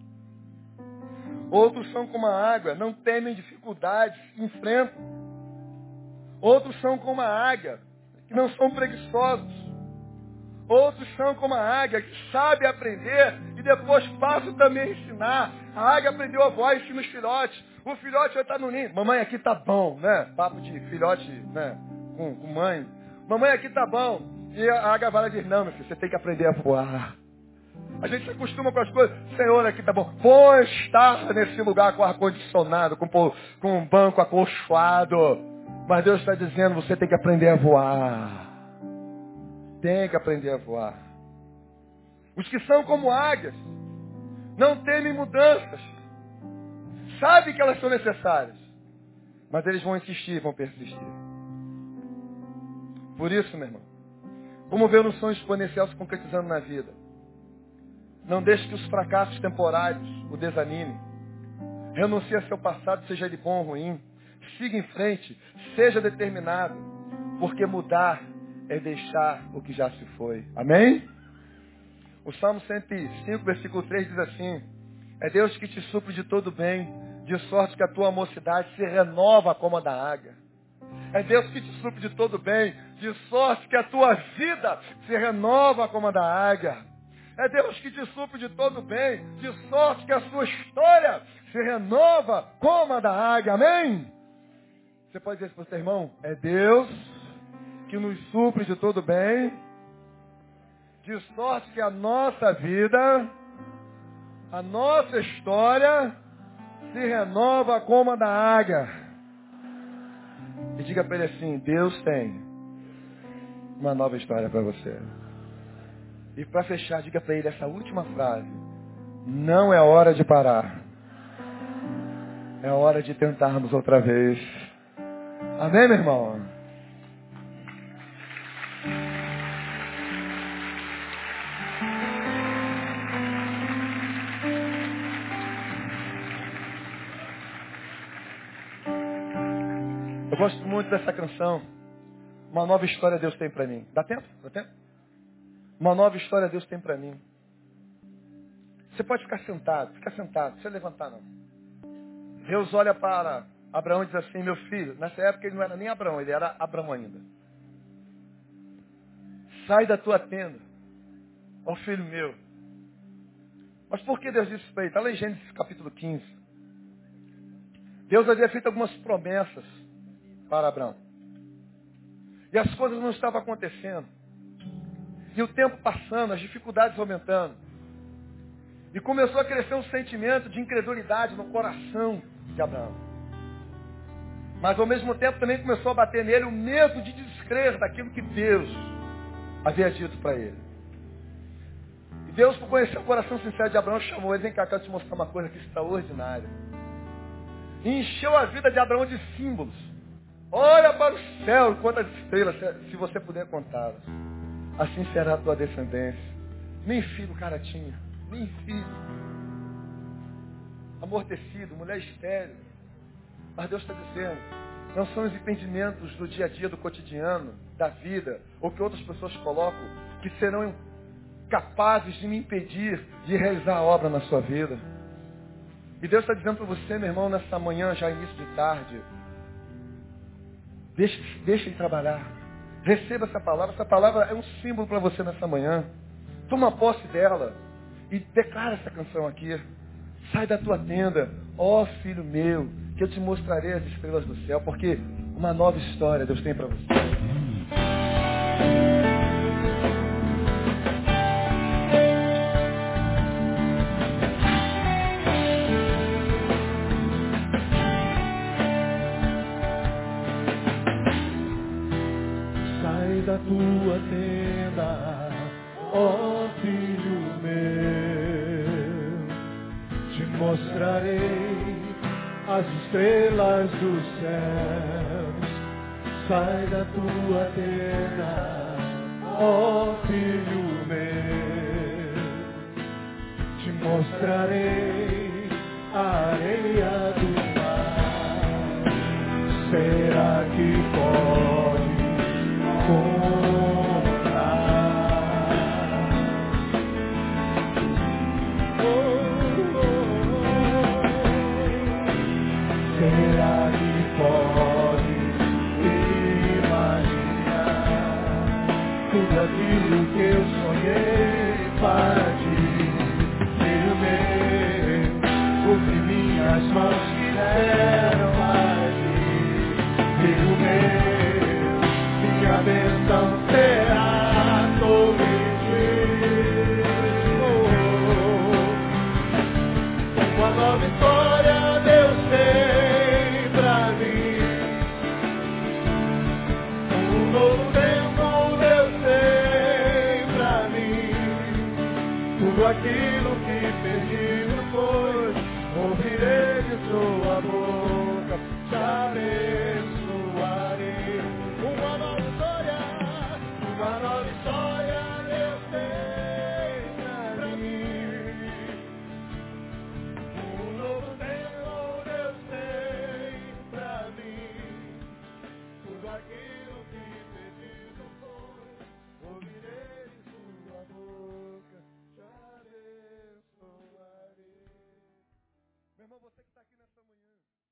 Outros são como a águia, não temem dificuldades, enfrentam. Outros são como a águia, que não são preguiçosos. Outros são como a águia, que sabe aprender e depois passa também a ensinar. A águia aprendeu a voar e ensina os filhotes. O filhote vai estar no ninho. Mamãe, aqui tá bom, né? Papo de filhote, né? Com, com mãe. Mamãe, aqui tá bom. E a águia vai lá e diz, não, meu filho, você tem que aprender a voar. A gente se acostuma com as coisas. Senhor, aqui tá bom. Bom estar nesse lugar com ar-condicionado, com, com um banco acolchoado. Mas Deus está dizendo, você tem que aprender a voar. Tem que aprender a voar. Os que são como águias, não temem mudanças. Sabem que elas são necessárias. Mas eles vão insistir, vão persistir. Por isso, meu irmão, como ver um sonho exponencial se concretizando na vida? Não deixe que os fracassos temporários o desanimem. Renuncie a seu passado, seja ele bom ou ruim. Siga em frente, seja determinado. Porque mudar é deixar o que já se foi. Amém? O Salmo cento e cinco, versículo três diz assim: é Deus que te supre de todo bem, de sorte que a tua mocidade se renova como a da águia. É Deus que te supre de todo bem, de sorte que a tua vida se renova como a da águia. É Deus que te supre de todo bem, de sorte que a sua história se renova como a da águia. Amém? Você pode dizer para o seu irmão, é Deus que nos supre de todo bem, de sorte que a nossa vida, a nossa história, se renova como a da águia. E diga para ele assim, Deus tem uma nova história para você. E para fechar, diga para ele essa última frase. Não é hora de parar. É hora de tentarmos outra vez. Amém, meu irmão? Eu gosto muito dessa canção. Uma nova história Deus tem para mim. Dá tempo? Dá tempo? Uma nova história Deus tem para mim. Você pode ficar sentado. Fica sentado. Não precisa levantar, não. Deus olha para Abraão e diz assim, meu filho, nessa época ele não era nem Abraão, ele era Abraão ainda. Sai da tua tenda, ó filho meu. Mas por que Deus disse isso para ele? Está lá em Gênesis capítulo quinze. Deus havia feito algumas promessas para Abraão. E as coisas não estavam acontecendo. E o tempo passando, as dificuldades aumentando. E começou a crescer um sentimento de incredulidade no coração de Abraão. Mas ao mesmo tempo também começou a bater nele o medo de descrer daquilo que Deus havia dito para ele. E Deus, por conhecer o coração sincero de Abraão, chamou ele, vem cá, quero te mostrar uma coisa aqui extraordinária. E encheu a vida de Abraão de símbolos. Olha para o céu, quantas estrelas, se você puder contá-las. Assim será a tua descendência. Nem filho o cara tinha, nem filho. Amortecido, mulher estéril. Mas Deus está dizendo, não são os entendimentos do dia a dia, do cotidiano, da vida, ou que outras pessoas colocam, que serão capazes de me impedir de realizar a obra na sua vida. E Deus está dizendo para você, meu irmão, nessa manhã, já início de tarde, deixe, deixe ele trabalhar. Receba essa palavra. Essa palavra é um símbolo para você nessa manhã. Toma posse dela e declara essa canção aqui. Sai da tua tenda, ó filho meu, que eu te mostrarei as estrelas do céu, porque uma nova história Deus tem para você. Sai da tua tenda, ó filho meu, te mostrarei as estrelas dos céus. Sai da tua tenda, ó filho meu, te mostrarei a areia do mar. Será que pode comprar? Oh, oh, oh. Será que pode imaginar aquilo que eu sonhei para ti. Filho meu, o que minhas mãos fizeram para ti. Filho meu, minha bênção será sobre ti. Oh, uma nova história Deus tem pra mim. Um novo tempo Deus tem pra mim. Tudo aquilo que perdi depois, ouvirei de sua boca, te abençoarei. Uma nova história, uma nova história Deus tem pra mim. Um novo tempo Deus tem pra mim. Tudo aquilo que pedido foi, ouvirei de sua boca, te abençoarei. Meu irmão, você que está aqui nessa manhã.